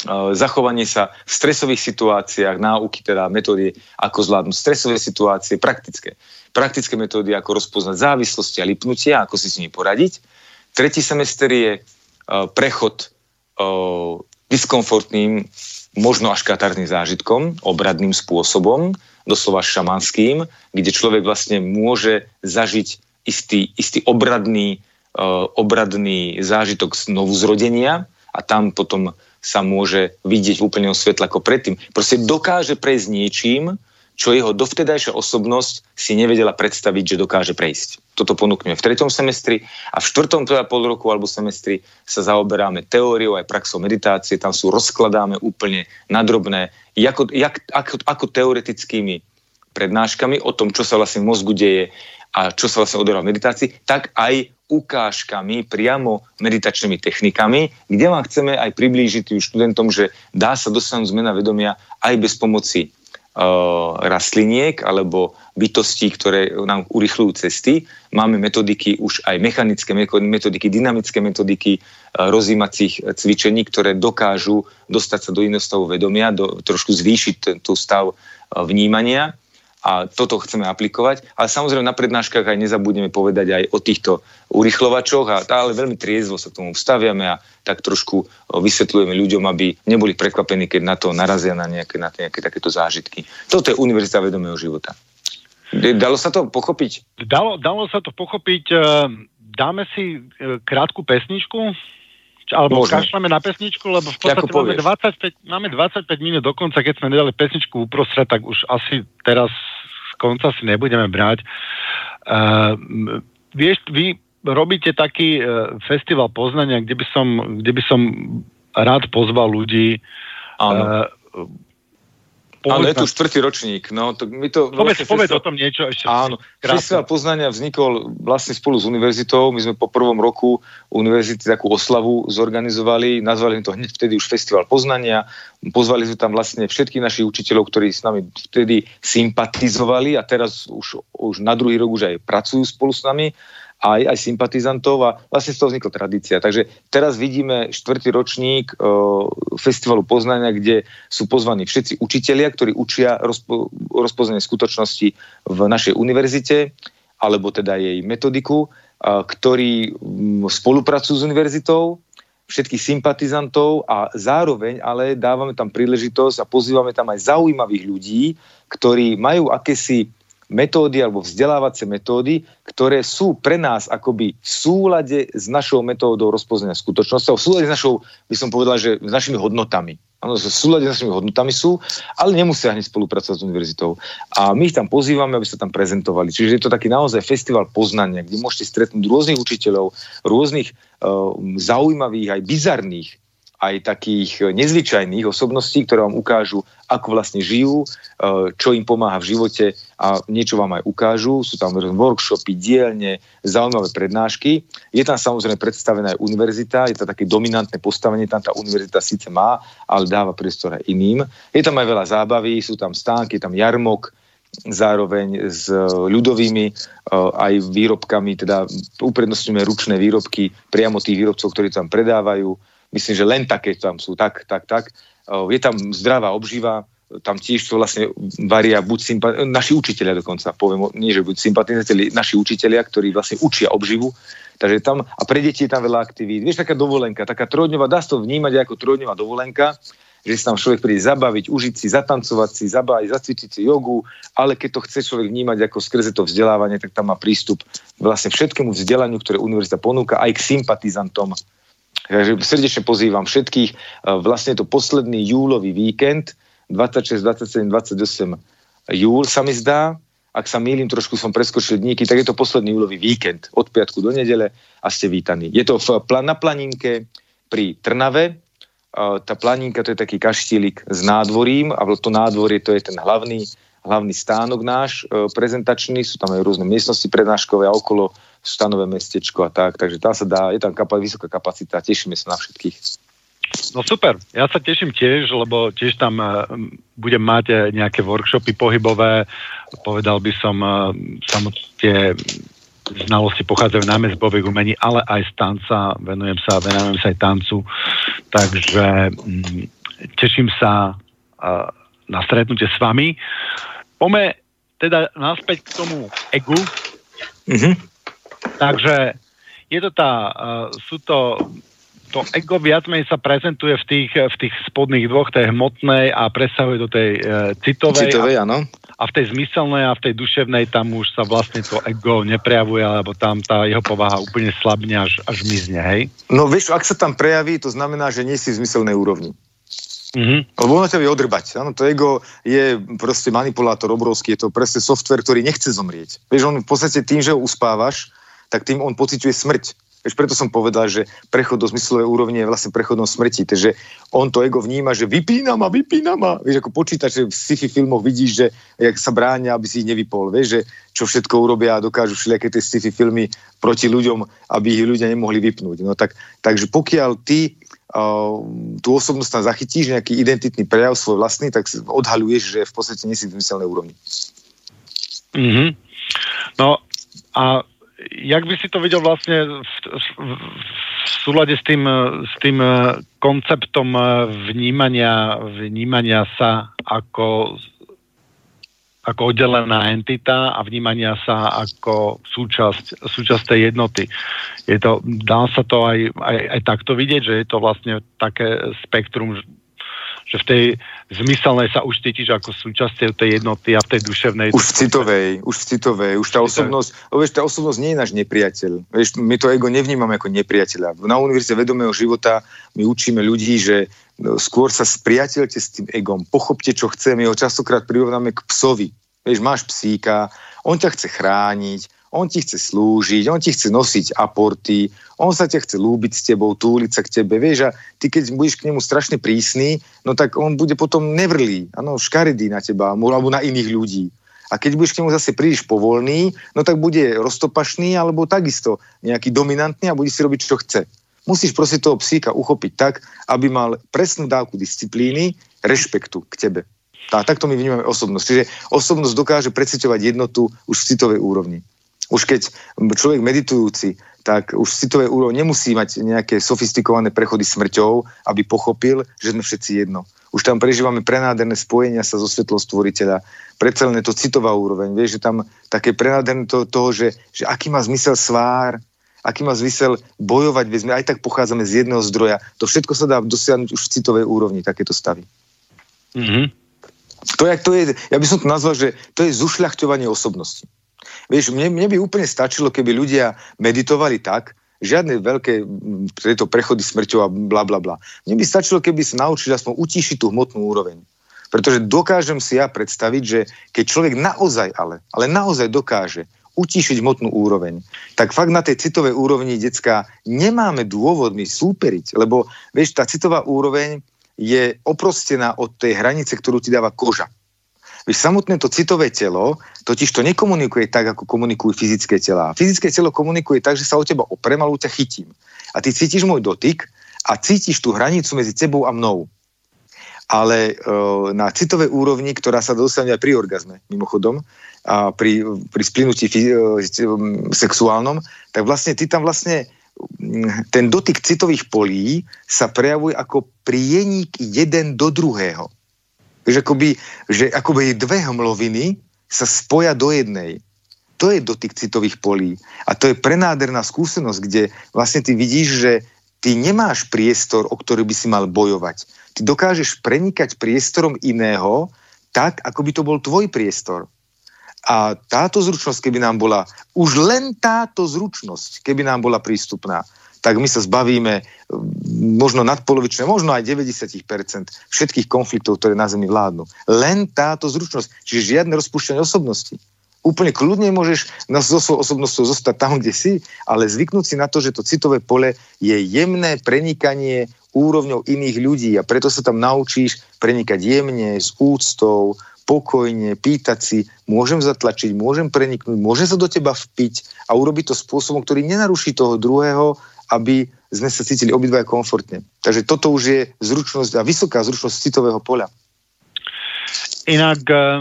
zachovanie sa v stresových situáciách, náuky, teda metódy, ako zvládnuť stresové situácie, praktické metódy, ako rozpoznať závislosti a lipnutia, ako si s nimi poradiť. Tretí semester je prechod diskomfortným, možno až katarzným zážitkom, obradným spôsobom, doslova šamanským, kde človek vlastne môže zažiť istý obradný zážitok znovuzrodenia a tam potom sa môže vidieť v úplného svetla ako predtým. Proste dokáže prejsť niečím, čo jeho dovtedajšia osobnosť si nevedela predstaviť, že dokáže prejsť. Toto ponúkneme v 3. semestri a v 4. teda pol roku alebo semestri sa zaoberáme teóriou aj praxou meditácie. Tam rozkladáme úplne nadrobné, ako teoretickými prednáškami o tom, čo sa vlastne v mozgu deje a čo sa vlastne odohrá v meditácii, tak aj ukážkami, priamo meditačnými technikami, kde vám chceme aj priblížiť tým študentom, že dá sa dosiahnuť zmena vedomia aj bez pomoci rastliniek alebo bytostí, ktoré nám urychľujú cesty. Máme metodiky, už aj mechanické metodiky, dynamické metodiky rozjímacích cvičení, ktoré dokážu dostať sa do iného stavu vedomia, trošku zvýšiť tú stav vnímania. A toto chceme aplikovať, ale samozrejme na prednáškach aj nezabudneme povedať aj o týchto urychľovačoch, ale veľmi triezvo sa k tomu vstaviame a tak trošku vysvetľujeme ľuďom, aby neboli prekvapení, keď na to narazia na nejaké takéto zážitky. Toto je univerzita vedomého života. Dalo sa to pochopiť? Dalo sa to pochopiť. Dáme si krátku pesničku? Alebo kašľame na pesničku, lebo v podstate máme 25 minút do konca, keď sme nedali pesničku uprostred, tak už asi teraz z konca si nebudeme brať. Vy robíte taký festival poznania, kde by som rád pozval ľudí. Áno. Áno, je tu 4. ročník. No, to my to povedz o tom niečo ešte. Áno, festival poznania vznikol vlastne spolu s univerzitou. My sme po prvom roku univerzity takú oslavu zorganizovali. Nazvali sme to hneď vtedy už festival poznania. Pozvali sme tam vlastne všetkých našich učiteľov, ktorí s nami vtedy sympatizovali a teraz už na druhý rok už aj pracujú spolu s nami. Aj sympatizantov a vlastne z toho vznikla tradícia. Takže teraz vidíme 4. ročník festivalu poznania, kde sú pozvaní všetci učitelia, ktorí učia rozpoznanie skutočnosti v našej univerzite, alebo teda jej metodiku, ktorí spolupracujú s univerzitou, všetkých sympatizantov a zároveň ale dávame tam príležitosť a pozývame tam aj zaujímavých ľudí, ktorí majú akési metódy alebo vzdelávacie metódy, ktoré sú pre nás akoby v súlade s našou metódou rozpoznania skutočnosti, v súlade s našou, by som povedal, že s našimi hodnotami. Áno, v súlade s našimi hodnotami sú, ale nemusia hneď spolupracovať s univerzitou. A my ich tam pozývame, aby sa tam prezentovali. Čiže je to taký naozaj festival poznania, kde môžete stretnúť rôznych učiteľov, rôznych zaujímavých, aj bizarných, aj takých nezvyčajných osobností, ktoré vám ukážu, ako vlastne žijú, čo im pomáha v živote a niečo vám aj ukážu. Sú tam workshopy, dielne, zaujímavé prednášky. Je tam samozrejme predstavená aj univerzita, je to také dominantné postavenie, tam tá univerzita síce má, ale dáva priestor aj iným. Je tam aj veľa zábavy, sú tam stánky, je tam jarmok, zároveň s ľudovými aj výrobkami, teda uprednostňujeme ručné výrobky priamo tých výrobcov, ktorí tam predávajú. Myslím, že len také tam sú, tak. Je tam zdravá obživa, tam tiež to vlastne varia buď naši učitelia dokonca, poviem, nie že buď sympatizanti, naši učitelia, ktorí vlastne učia obživu. Takže tam, a pre deti je tam veľa aktivít. Vieš, taká dovolenka, taká trojdňová, dá sa to vnímať ako trojdňová dovolenka, že si tam človek príde zabaviť, užiť si, zatancovať si, zacvičiť si jogu, ale keď to chce človek vnímať ako skrze to vzdelávanie, tak tam má prístup vlastne všetkému vzdelaniu, ktoré univerzita ponúka, aj k sympatizantom. Takže srdečne pozývam všetkých. Vlastne je to posledný júlový víkend, 26, 27, 28 júl sa mi zdá. Ak sa mýlim, trošku som preskočil dníky, tak je to posledný júlový víkend od piatku do nedele a ste vítaní. Je to na Planínke pri Trnave. Tá Planínka to je taký kaštílik s nádvorím a to nádvorie to je ten hlavný stánok náš prezentačný. Sú tam aj rôzne miestnosti prednáškové a okolo stanové mestečko a tak, takže tam sa dá, je tam vysoká kapacita, tešíme sa na všetkých. No super, ja sa teším tiež, lebo tiež tam budem mať nejaké workshopy pohybové, povedal by som, tie znalosti pochádzajú najmä z bojových umení, ale aj z tanca, venujem sa aj tancu, takže teším sa na stretnutie s vami. Poďme teda naspäť k tomu egu. Takže je to to ego viac menej sa prezentuje v tých spodných dvoch, tej hmotnej a presahuje do tej citovej. Áno. A v tej zmyselnej a v tej duševnej tam už sa vlastne to ego neprejavuje, alebo tam tá jeho povaha úplne slabne až mizne, hej? No vieš, ak sa tam prejaví, to znamená, že nie si v zmyselnej úrovni. Lebo ono ťa vie odrbať. Áno, to ego je proste manipulátor obrovský, je to presne software, ktorý nechce zomrieť. Vieš, on v podstate tým, že ho uspávaš, tak tým on pociťuje smrť. Vieš, preto som povedal, že prechod do zmyslovej úrovne je vlastne prechodom smrti. Takže on to ego vníma, že vypína ma. Vieš, ako počítač, že v sci-fi filmoch vidíš, že jak sa bránia, aby si ich nevypol. Vieš, že čo všetko urobia a dokážu všelijaké tie sci-fi filmy proti ľuďom, aby ich ľudia nemohli vypnúť. No takže pokiaľ ty tú osobnosť tam zachytíš, nejaký identitný prejav svoj vlastný, tak odhaľuješ, že v podstate nie si v zmyselnej úrovni. No a jak by si to videl vlastne v súlade s tým konceptom vnímania sa ako oddelená entita a vnímania sa ako súčasť tej jednoty. Dá sa to aj takto vidieť, že je to vlastne také spektrum, že v tej zmyselnej sa už cítiš ako súčasťou tej jednoty a v tej duševnej... Už v citovej. Už tá osobnosť nie je náš nepriateľ. Vieš, my to ego nevnímame ako nepriateľa. Na Univerzite vedomého života my učíme ľudí, že skôr sa spriateľte s tým egom, pochopte, čo chce. My ho častokrát prirovnáme k psovi. Vieš, máš psíka, on ťa chce chrániť, on ti chce slúžiť, on ti chce nosiť aporty, on sa ťa chce lúbiť s tebou, túliť sa k tebe, vieš, a ty keď budeš k nemu strašne prísny, no tak on bude potom nevrlý, škaredý na teba, alebo na iných ľudí. A keď budeš k nemu zase príliš povolný, no tak bude roztopašný, alebo takisto nejaký dominantný a bude si robiť, čo chce. Musíš proste toho psíka uchopiť tak, aby mal presnú dávku disciplíny, rešpektu k tebe. A takto my vnímame osobnosť. Čiže osobnosť dokáže preciťovať jednotu už v citovej úrovni. Už keď človek meditujúci, tak už v citovej úrovni nemusí mať nejaké sofistikované prechody smrťou, aby pochopil, že sme všetci jedno. Už tam prežívame prenádherné spojenia sa so svetlom stvoriteľa. Predsa len je to citová úroveň. Vieš, že tam také prenádherné toho, že aký má zmysel svár, aký má zmysel bojovať, veď my aj tak pochádzame z jedného zdroja. To všetko sa dá dosiahnuť už v citovej úrovni, takéto stavy. To je, ja by som to nazval, že to je zušľachťovanie osobnosti. Vieš, mne by úplne stačilo, keby ľudia meditovali tak, žiadne veľké tieto prechody smrťou a bla bla bla. Mne by stačilo, keby sa naučili aspoň utíšiť tú hmotnú úroveň. Pretože dokážem si ja predstaviť, že keď človek naozaj, ale naozaj dokáže utíšiť hmotnú úroveň, tak fakt na tej citovej úrovni, decká, nemáme dôvod my súperiť, lebo vieš, tá citová úroveň je oprostená od tej hranice, ktorú ti dáva koža. Víš, samotné to citové telo totiž to nekomunikuje tak, ako komunikujú fyzické telá. Fyzické telo komunikuje tak, že sa o teba oprem, ale ťa chytím. A ty cítiš môj dotyk a cítiš tú hranicu medzi tebou a mnou. Ale na citovej úrovni, ktorá sa dosiahne aj pri orgazme, mimochodom, a pri splynutí sexuálnom, tak vlastne ty tam vlastne ten dotyk citových polí sa prejavuje ako prienik jeden do druhého. Že akoby dve hmloviny sa spoja do jednej. To je dotyk citových polí. A to je prenádherná skúsenosť, kde vlastne ty vidíš, že ty nemáš priestor, o ktorý by si mal bojovať. Ty dokážeš prenikať priestorom iného tak, ako by to bol tvoj priestor. A táto zručnosť, keby nám bola, už len táto zručnosť, keby nám bola prístupná, tak my sa zbavíme možno nadpolovične, možno aj 90% všetkých konfliktov, ktoré na Zemi vládnu. Len táto zručnosť, čiže žiadne rozpúšťanie osobnosti. Úplne kľudne môžeš so svojou osobnosťou zostať tam, kde si, ale zvyknúť si na to, že to citové pole je jemné prenikanie úrovňou iných ľudí a preto sa tam naučíš prenikať jemne, s úctou, pokojne, pýtať si, môžem zatlačiť, môžem preniknúť, môžem sa do teba vpiť a urobiť to spôsobom, ktorý nenaruší toho druhého, aby sme sa cítili obidvaja komfortne. Takže toto už je zručnosť a vysoká zručnosť citového poľa. Inak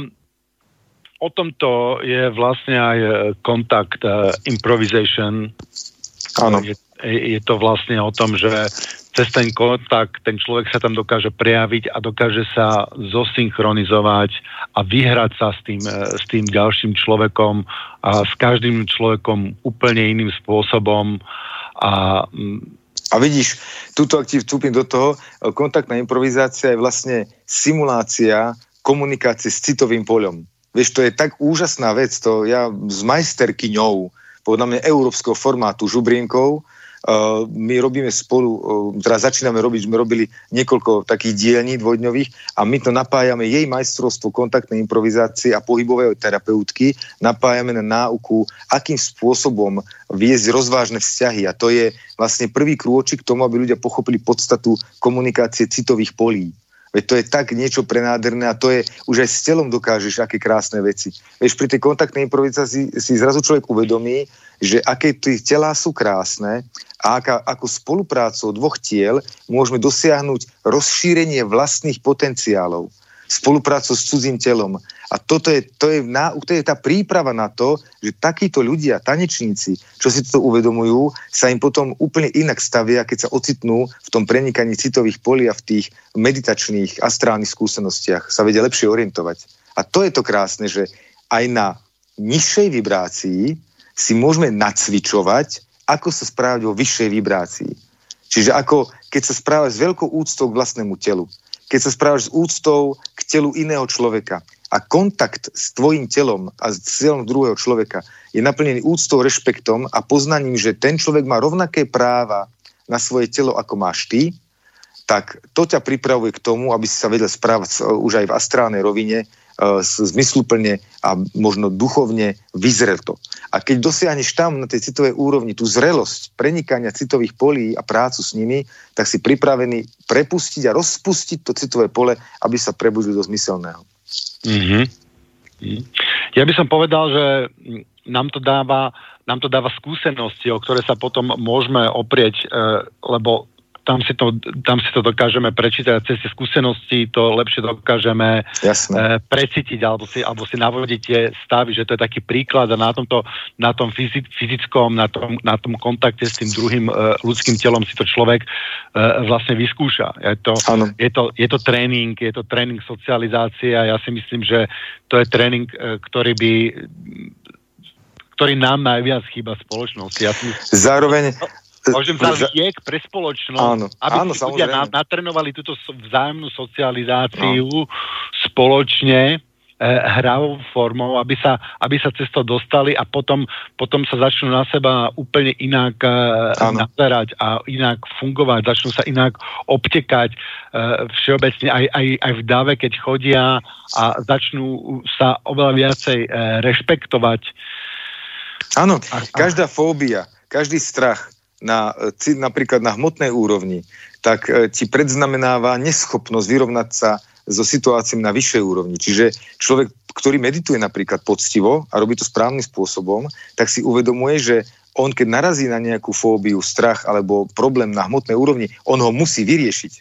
o tomto je vlastne aj kontakt improvisation. Áno. Je to vlastne o tom, že cez ten kontakt ten človek sa tam dokáže prejaviť a dokáže sa zosynchronizovať a vyhrať sa s tým ďalším človekom a s každým človekom úplne iným spôsobom. A vidíš, tuto, ak ti vstúpim do toho, kontaktná improvizácia je vlastne simulácia komunikácie s citovým poľom. Vieš, to je tak úžasná vec, to ja s majsterkyňou, podľa mňa európskeho formátu Žubrínkov, my robíme spolu, teraz začíname robiť, sme robili niekoľko takých dielní dvojdňových a my to napájame jej majstrovstvo kontaktnej improvizácie a pohybovej terapeutky, napájame na náuku, akým spôsobom viesť rozvážne vzťahy a to je vlastne prvý krôčik k tomu, aby ľudia pochopili podstatu komunikácie citových polí. Veď to je tak niečo prenádherné a to je, už aj s telom dokážeš, aké krásne veci. Vieš, pri tej kontaktnej improvizácii si zrazu človek uvedomí, že aké tie telá sú krásne a ako spoluprácou dvoch tiel môžeme dosiahnuť rozšírenie vlastných potenciálov. Spoluprácu s cudzím telom. A to je tá príprava na to, že takíto ľudia, tanečníci, čo si to uvedomujú, sa im potom úplne inak stavia, keď sa ocitnú v tom prenikaní citových polí a v tých meditačných astrálnych skúsenostiach sa vedia lepšie orientovať. A to je to krásne, že aj na nižšej vibrácii si môžeme nacvičovať, ako sa správať vo vyššej vibrácii. Čiže ako keď sa správaš s veľkou úctou k vlastnému telu, keď sa správaš s úctou k telu iného človeka a kontakt s tvojim telom a s telom druhého človeka je naplnený úctou, rešpektom a poznaním, že ten človek má rovnaké práva na svoje telo, ako máš ty, tak to ťa pripravuje k tomu, aby si sa vedel správať už aj v astrálnej rovine zmysluplne a možno duchovne vyzreto. A keď dosiahneš tam na tej citovej úrovni tú zrelosť prenikania citových polí a prácu s nimi, tak si pripravený prepustiť a rozpustiť to citové pole, aby sa prebudili do zmyselného. Mm-hmm. Ja by som povedal, že nám to dáva skúsenosti, o ktoré sa potom môžeme oprieť, lebo tam si to dokážeme prečítať cez tie skúsenosti, to lepšie dokážeme precítiť alebo si navodiť tie stavy, že to je taký príklad a na tom fyzickom, na tom kontakte s tým druhým ľudským telom si to človek vlastne vyskúša. Je to tréning socializácie a ja si myslím, že to je tréning, ktorý nám najviac chýba spoločnosti. Zároveň môžem zaviek pre spoločnosť, aby si ľudia natrenovali túto vzájomnú socializáciu spoločne hravou formou, aby sa cez to dostali a potom sa začnú na seba úplne inak nazerať a inak fungovať, začnú sa inak obtekať všeobecne aj v dave, keď chodia a začnú sa oveľa viacej rešpektovať. Áno, každá fóbia, každý strach napríklad na hmotnej úrovni, tak ti predznamenáva neschopnosť vyrovnať sa so situáciami na vyššej úrovni. Čiže človek, ktorý medituje napríklad poctivo a robí to správnym spôsobom, tak si uvedomuje, že on keď narazí na nejakú fóbiu, strach alebo problém na hmotnej úrovni, on ho musí vyriešiť.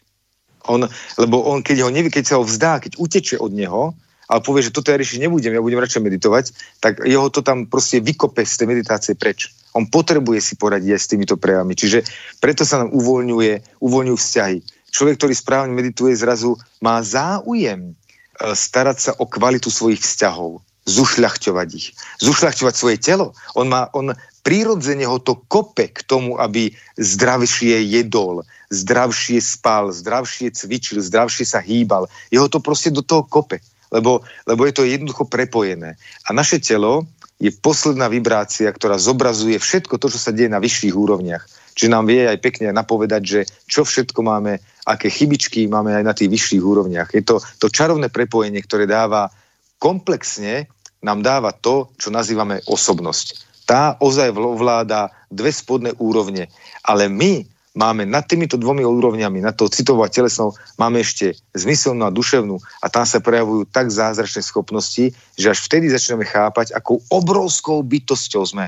Lebo on, keď sa ho vzdá, keď uteče od neho, ale povie, že toto ja riešiť nebudem, ja budem radšej meditovať, tak jeho to tam proste vykope z tej meditácie preč. On potrebuje si poradiť aj s týmito prejavmi. Čiže preto sa nám uvoľňujú vzťahy. Človek, ktorý správne medituje, zrazu má záujem starať sa o kvalitu svojich vzťahov, zušľachťovať ich, zušľachťovať svoje telo. On prirodzene ho to kope k tomu, aby zdravšie jedol, zdravšie spal, zdravšie cvičil, zdravšie sa hýbal. Jeho to proste do toho kope, lebo je to jednoducho prepojené. A naše telo je posledná vibrácia, ktorá zobrazuje všetko to, čo sa deje na vyšších úrovniach. Čiže nám vie aj pekne napovedať, že čo všetko máme, aké chybičky máme aj na tých vyšších úrovniach. Je to čarovné prepojenie, ktoré komplexne nám dáva to, čo nazývame osobnosť. Tá ozaj ovláda dve spodné úrovne, ale my máme nad týmito dvomi úrovňami, nad tou citovou a telesnou, máme ešte zmyselnú a duševnú a tam sa prejavujú tak zázračné schopnosti, že až vtedy začneme chápať, akou obrovskou bytosťou sme.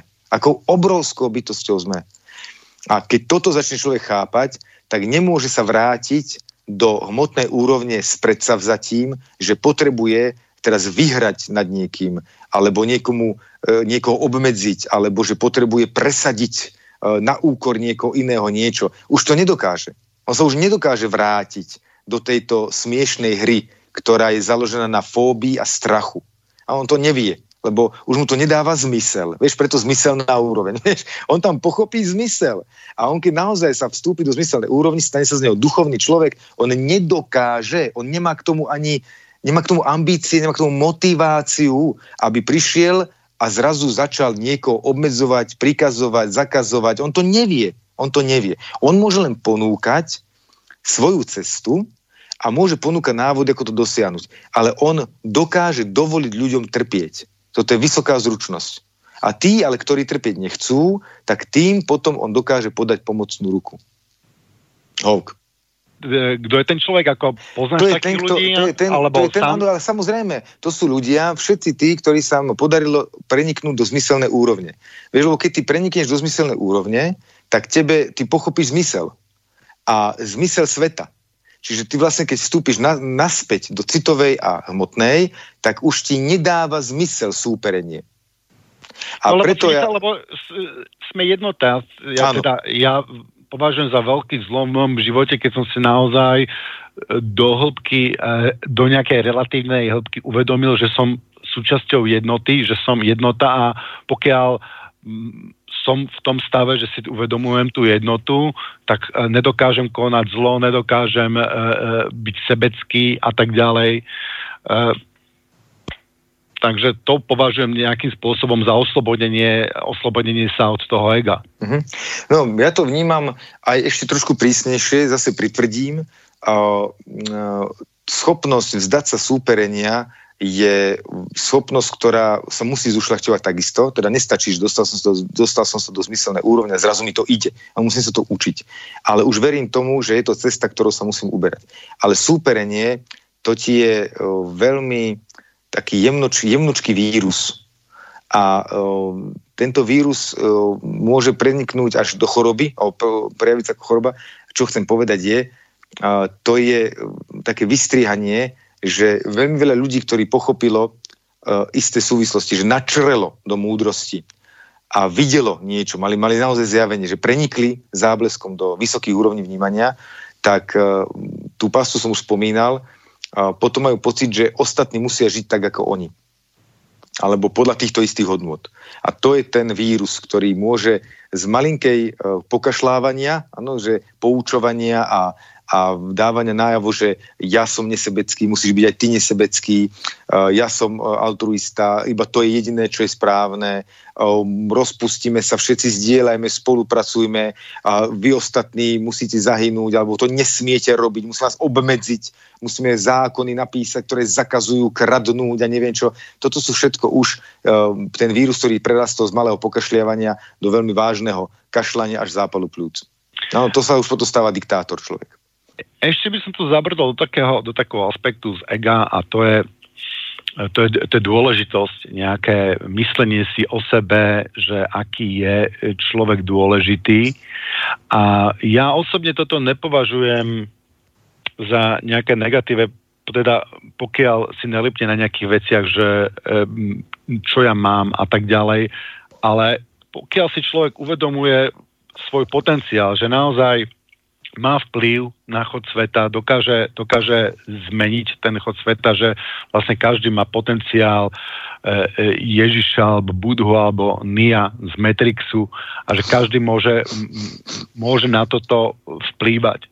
A keď toto začne človek chápať, tak nemôže sa vrátiť do hmotnej úrovne s predsavzatím, že potrebuje teraz vyhrať nad niekým, alebo niekoho obmedziť, alebo že potrebuje presadiť na úkor niekoho iného niečo. Už to nedokáže. On sa už nedokáže vrátiť do tejto smiešnej hry, ktorá je založená na fóbii a strachu. A on to nevie, lebo už mu to nedáva zmysel. Vieš, preto zmyselná úroveň. Vieš, on tam pochopí zmysel. A on keď naozaj sa vstúpi do zmyselnej úrovni, stane sa z neho duchovný človek, on nedokáže, on nemá k tomu ambície, nemá k tomu motiváciu, aby prišiel a zrazu začal niekoho obmedzovať, prikazovať, zakazovať. On to nevie. On môže len ponúkať svoju cestu a môže ponúkať návod, ako to dosiahnuť. Ale on dokáže dovoliť ľuďom trpieť. Toto je vysoká zručnosť. A tí, ale ktorí trpieť nechcú, tak tým potom on dokáže podať pomocnú ruku. Hovk. Kto je ten človek, ako poznáš takých ľudí? Ale samozrejme, to sú ľudia, všetci tí, ktorí sa podarilo preniknúť do zmyselnej úrovne. Vieš, lebo keď ty prenikneš do zmyselnej úrovne, tak ty pochopíš zmysel. A zmysel sveta. Čiže ty vlastne, keď vstúpiš naspäť do citovej a hmotnej, tak už ti nedáva zmysel súperenie. A preto lebo sme jednota. Ja považujem za veľký zlom v mojom živote, keď som si naozaj do hĺbky, do nejakej relatívnej hĺbky uvedomil, že som súčasťou jednoty, že som jednota a pokiaľ som v tom stave, že si uvedomujem tú jednotu, tak nedokážem konať zlo, nedokážem byť sebecký a tak ďalej. Takže to považujem nejakým spôsobom za oslobodenie sa od toho ega. Mm-hmm. No, ja to vnímam aj ešte trošku prísnejšie, zase pritvrdím. Schopnosť vzdať sa súperenia je schopnosť, ktorá sa musí zušľachťovať takisto. Teda nestačí, že dostal som sa do zmyselnej úrovne a zrazu mi to ide. A musím sa to učiť. Ale už verím tomu, že je to cesta, ktorou sa musím uberať. Ale súperenie, to ti je veľmi taký jemnočký vírus. A tento vírus môže preniknúť až do choroby, prejaviť sa ako choroba. Čo chcem povedať je, to je také vystrihanie, že veľmi veľa ľudí, ktorí pochopilo isté súvislosti, že načrelo do múdrosti a videlo niečo, mali naozaj zjavenie, že prenikli zábleskom do vysokých úrovní vnímania, tak tú pastu som už spomínal, potom majú pocit, že ostatní musia žiť tak, ako oni. Alebo podľa týchto istých hodnôt. A to je ten vírus, ktorý môže z malinkej pokašľávania, že poučovania a dávania najavo, že ja som nesebecký, musíš byť aj ty nesebecký, ja som altruista, iba to je jediné, čo je správne, rozpustíme sa, všetci zdieľajme, spolupracujme a vy ostatní musíte zahynúť, alebo to nesmiete robiť, musíme vás obmedziť, musíme zákony napísať, ktoré zakazujú kradnúť a neviem čo. Toto sú všetko už ten vírus, ktorý prerastol z malého pokašľiavania do veľmi vážneho kašľania až zápalu pľúc. No, to sa už potom stáva diktátor človek. Ešte by som tu zabrdol do takého aspektu z ega a to je dôležitosť, nejaké myslenie si o sebe, že aký je človek dôležitý. A ja osobne toto nepovažujem za nejaké negatíve, teda pokiaľ si nelipne na nejakých veciach, že čo ja mám a tak ďalej, ale pokiaľ si človek uvedomuje svoj potenciál, že naozaj má vplyv na chod sveta, dokáže zmeniť ten chod sveta, že vlastne každý má potenciál Ježiša, alebo Budhu, alebo Nia z Matrixu a že každý môže na toto vplývať.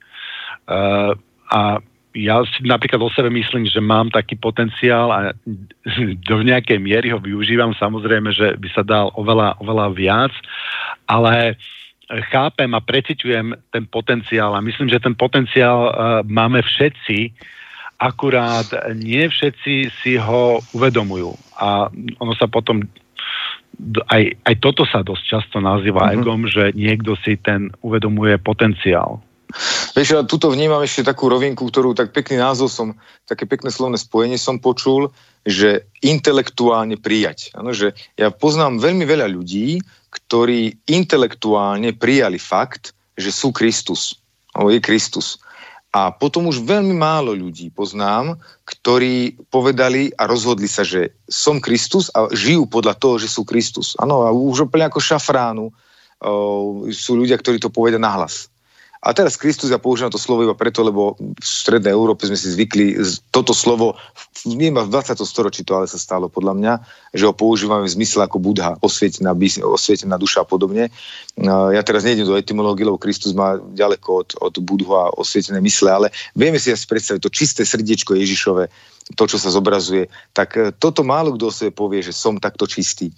A ja si napríklad o sebe myslím, že mám taký potenciál a do nejakej miery ho využívam. Samozrejme, že by sa dal oveľa viac, ale chápem a preciťujem ten potenciál a myslím, že ten potenciál máme všetci, akurát nie všetci si ho uvedomujú. A ono sa potom, aj toto sa dosť často nazýva egom, že niekto si ten uvedomuje potenciál. Vieš, ja tuto vnímam ešte takú rovinku, ktorú tak pekný názov také pekné slovné spojenie som počul, že intelektuálne prijať. Ano, že ja poznám veľmi veľa ľudí, ktorí intelektuálne prijali fakt, že sú Kristus. Je Kristus. A potom už veľmi málo ľudí poznám, ktorí povedali a rozhodli sa, že som Kristus a žijú podľa toho, že sú Kristus. Áno, a už úplne ako šafránu sú ľudia, ktorí to povedia nahlas. A teraz Kristus, ja používam to slovo iba preto, lebo v strednej Európe sme si zvykli toto slovo, nie v 20. storočí to ale sa stalo podľa mňa, že ho používame v zmysle ako Budha, osvietená duša a podobne. Ja teraz nejdem do etymológie, lebo Kristus má ďaleko od Budhu a osvietené mysle, ale vieme si asi predstaviť to čisté srdiečko Ježišove, to, čo sa zobrazuje, tak toto málo kto o sebe povie, že som takto čistý.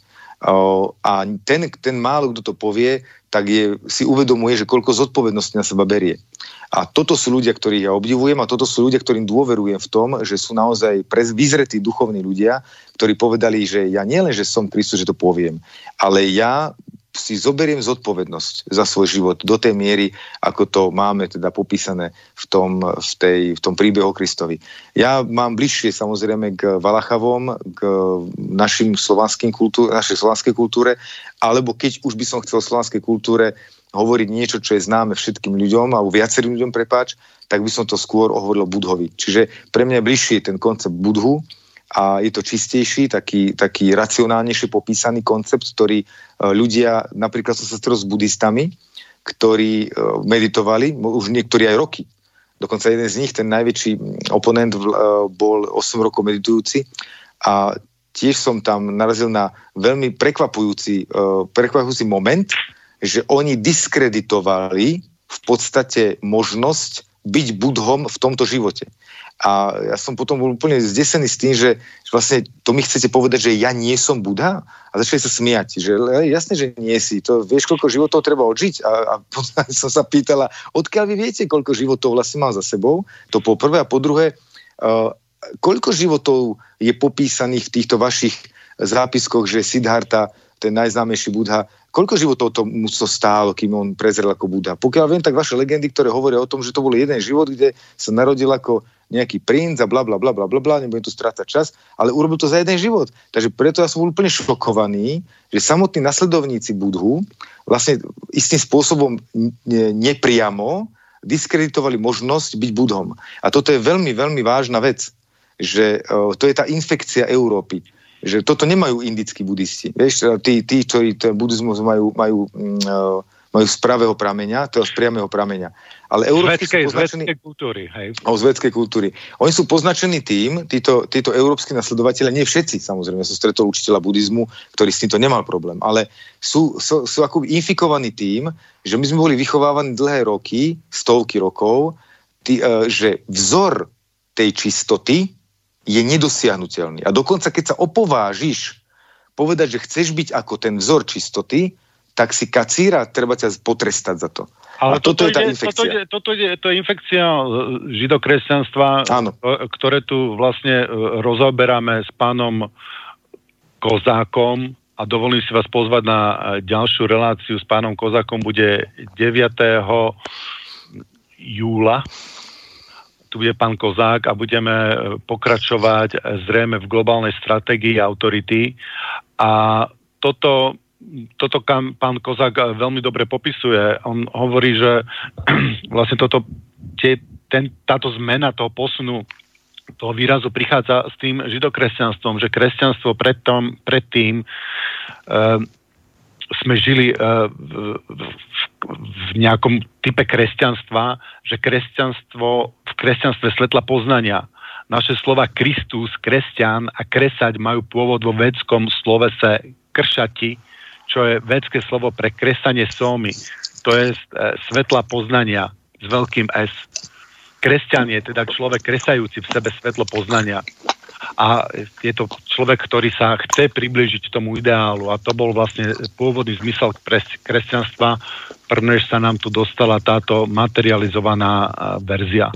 A ten málo kto to povie, tak si uvedomuje, že koľko zodpovednosti na seba berie. A toto sú ľudia, ktorých ja obdivujem a toto sú ľudia, ktorým dôverujem v tom, že sú naozaj vyzretí duchovní ľudia, ktorí povedali, že ja nielen, že som Kristus, že to poviem, ale ja si zoberiem zodpovednosť za svoj život do tej miery, ako to máme teda popísané v tom príbehu Kristovi. Ja mám bližšie samozrejme k Valachavom, k našej slovanskej kultúre, alebo keď už by som chcel v slovanskej kultúre hovoriť niečo, čo je známe všetkým ľuďom, alebo viacerým ľuďom, tak by som to skôr hovoril o Budhovi. Čiže pre mňa je bližšie ten koncept Budhu, a je to čistejší, taký racionálnejšie popísaný koncept, ktorý ľudia, napríklad som sa stretol s budistami, ktorí meditovali, už niektorí aj roky. Dokonca jeden z nich, ten najväčší oponent, bol 8 rokov meditujúci a tiež som tam narazil na veľmi prekvapujúci moment, že oni diskreditovali v podstate možnosť byť Budhom v tomto živote. A ja som potom bol úplne zdesený s tým, že vlastne to mi chcete povedať, že ja nie som Budha? A začali sa smiať, že jasne, že nie si. To vieš, koľko životov treba odžiť? A potom som sa pýtala, odkiaľ vy viete, koľko životov vlastne mám za sebou? To po prvé. A po druhé, koľko životov je popísaných v týchto vašich zápiskoch, že Siddhartha, ten najznámejší Budha, koľko životov tomu to stálo, kým on prezrel ako Budha? Pokiaľ viem, tak vaše legendy, ktoré hovoria o tom, že to bol jeden život, kde sa narodil ako nejaký princ a bla bla bla bla bla, nebudem tu strácať čas, ale urobil to za jeden život. Takže preto ja som bol úplne šokovaný, že samotní nasledovníci Budhu vlastne istým spôsobom nepriamo diskreditovali možnosť byť Budhom. A toto je veľmi, veľmi vážna vec, že to je tá infekcia Európy. Že toto nemajú indickí budisti. Vieš, tí ktorí ten budizmus majú z pravého prameňa, z priamého prameňa. Ale európsky sú poznačení... Zvedskej kultúry, hej. Zvedskej kultúry. Oni sú poznačení tým, títo európski nasledovateľe, nie všetci, samozrejme, som stretol učiteľa budizmu, ktorý s týmto nemal problém, ale sú akoby infikovaní tým, že my sme boli vychovávaní dlhé roky, stovky rokov, že vzor tej čistoty je nedosiahnuteľný. A dokonca, keď sa opovážiš povedať, že chceš byť ako ten vzor čistoty, tak si kacíra, treba ťa potrestať za to. Ale toto je tá infekcia. To je infekcia židokresťanstva, ktoré tu vlastne rozoberáme s pánom Kozákom a dovolím si vás pozvať na ďalšiu reláciu s pánom Kozákom, bude 9. júla. Tu bude pán Kozák a budeme pokračovať zrejme v globálnej stratégii autority a toto pán Kozák veľmi dobre popisuje. On hovorí, že vlastne táto zmena toho posunu, toho výrazu prichádza s tým židokresťanstvom, že kresťanstvo predtým sme žili v nejakom type kresťanstva, že v kresťanstve svetla poznania. Naše slova Kristus, kresťan a kresať majú pôvod vo védskom slovese kršati, čo je védske slovo pre kresanie sómy. To je svetla poznania s veľkým S. Kresťan je teda človek kresajúci v sebe svetlo poznania. A je to človek, ktorý sa chce priblížiť tomu ideálu. A to bol vlastne pôvodný zmysel kresťanstva, prvnež sa nám tu dostala táto materializovaná verzia.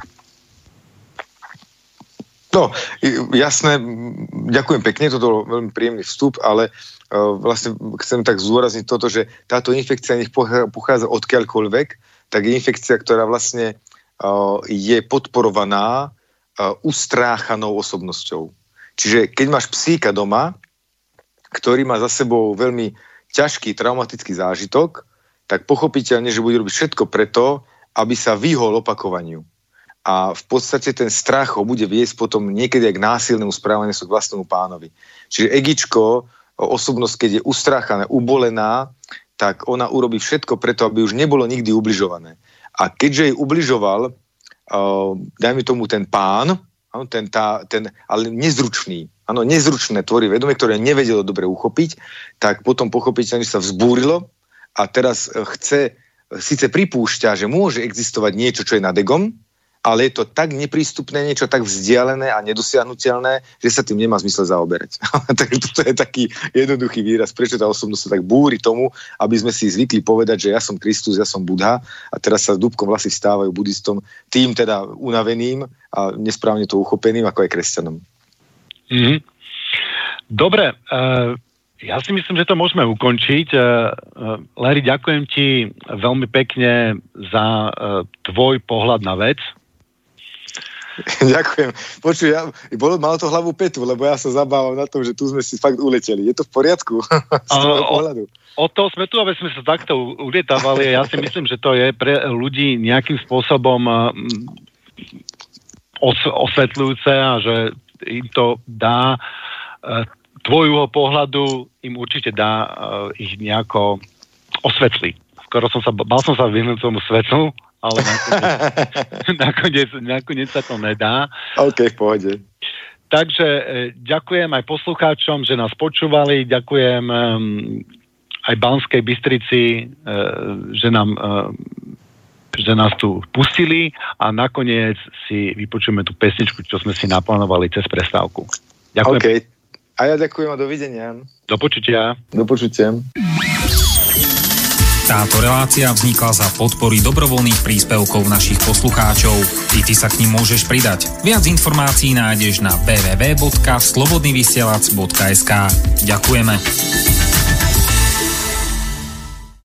No, jasné, ďakujem pekne, toto bol veľmi príjemný vstup, ale vlastne chcem tak zdôrazniť toto, že táto infekcia nech pochádza odkiaľkoľvek, tak je infekcia, ktorá vlastne je podporovaná ustráchanou osobnosťou. Čiže keď máš psíka doma, ktorý má za sebou veľmi ťažký traumatický zážitok, tak pochopiteľne, že bude robiť všetko preto, aby sa vyhol opakovaniu. A v podstate ten strach ho bude viesť potom niekedy aj k násilnému správaniu sa k vlastnému pánovi. Čiže egičko, osobnosť, keď je ustráchaná, ubolená, tak ona urobí všetko preto, aby už nebolo nikdy ubližované. A keďže jej ubližoval, dajme tomu ten pán, ale nezručný, nezručné tvory vedomie, ktoré nevedelo dobre uchopiť, tak potom pochopiteľne sa vzbúrilo a teraz síce pripúšťa, že môže existovať niečo, čo je nad egom, ale je to tak neprístupné, niečo tak vzdialené a nedosiahnuteľné, že sa tým nemá zmysel zaoberať. Takže toto je taký jednoduchý výraz, prečo tá osobnosť sa tak búri tomu, aby sme si zvykli povedať, že ja som Kristus, ja som Budha a teraz sa dúbkom vlasy vstávajú buddhistom, tým teda unaveným a nesprávne to uchopeným, ako aj kresťanom. Mm-hmm. Dobre, ja si myslím, že to môžeme ukončiť. Larry, ďakujem ti veľmi pekne za tvoj pohľad na vec. Ďakujem. Počuj, malo to hlavu petu, lebo ja sa zabávam na tom, že tu sme si fakt uleteli. Je to v poriadku? Z tvojho pohľadu? O to sme tu, aby sme sa takto ulietávali. Ja si myslím, že to je pre ľudí nejakým spôsobom osvetľujúce a že im to dá tvojho pohľadu, im určite dá ich nejako osvetliť. Bal som sa vyhnúť tomu svetlu, ale nakoniec sa to nedá. OK, v pohode. Takže ďakujem aj poslucháčom, že nás počúvali, ďakujem aj Banskej Bystrici, že nás tu pustili a nakoniec si vypočujeme tú pesničku, čo sme si naplánovali cez prestávku. Ďakujem. OK. A ja ďakujem a dovidenia. Do počutia. Do počutia. Táto relácia vznikla za podpory dobrovoľných príspevkov našich poslucháčov. Ty sa k nim môžeš pridať. Viac informácií nájdeš na www.slobodnyvysielac.sk. Ďakujeme.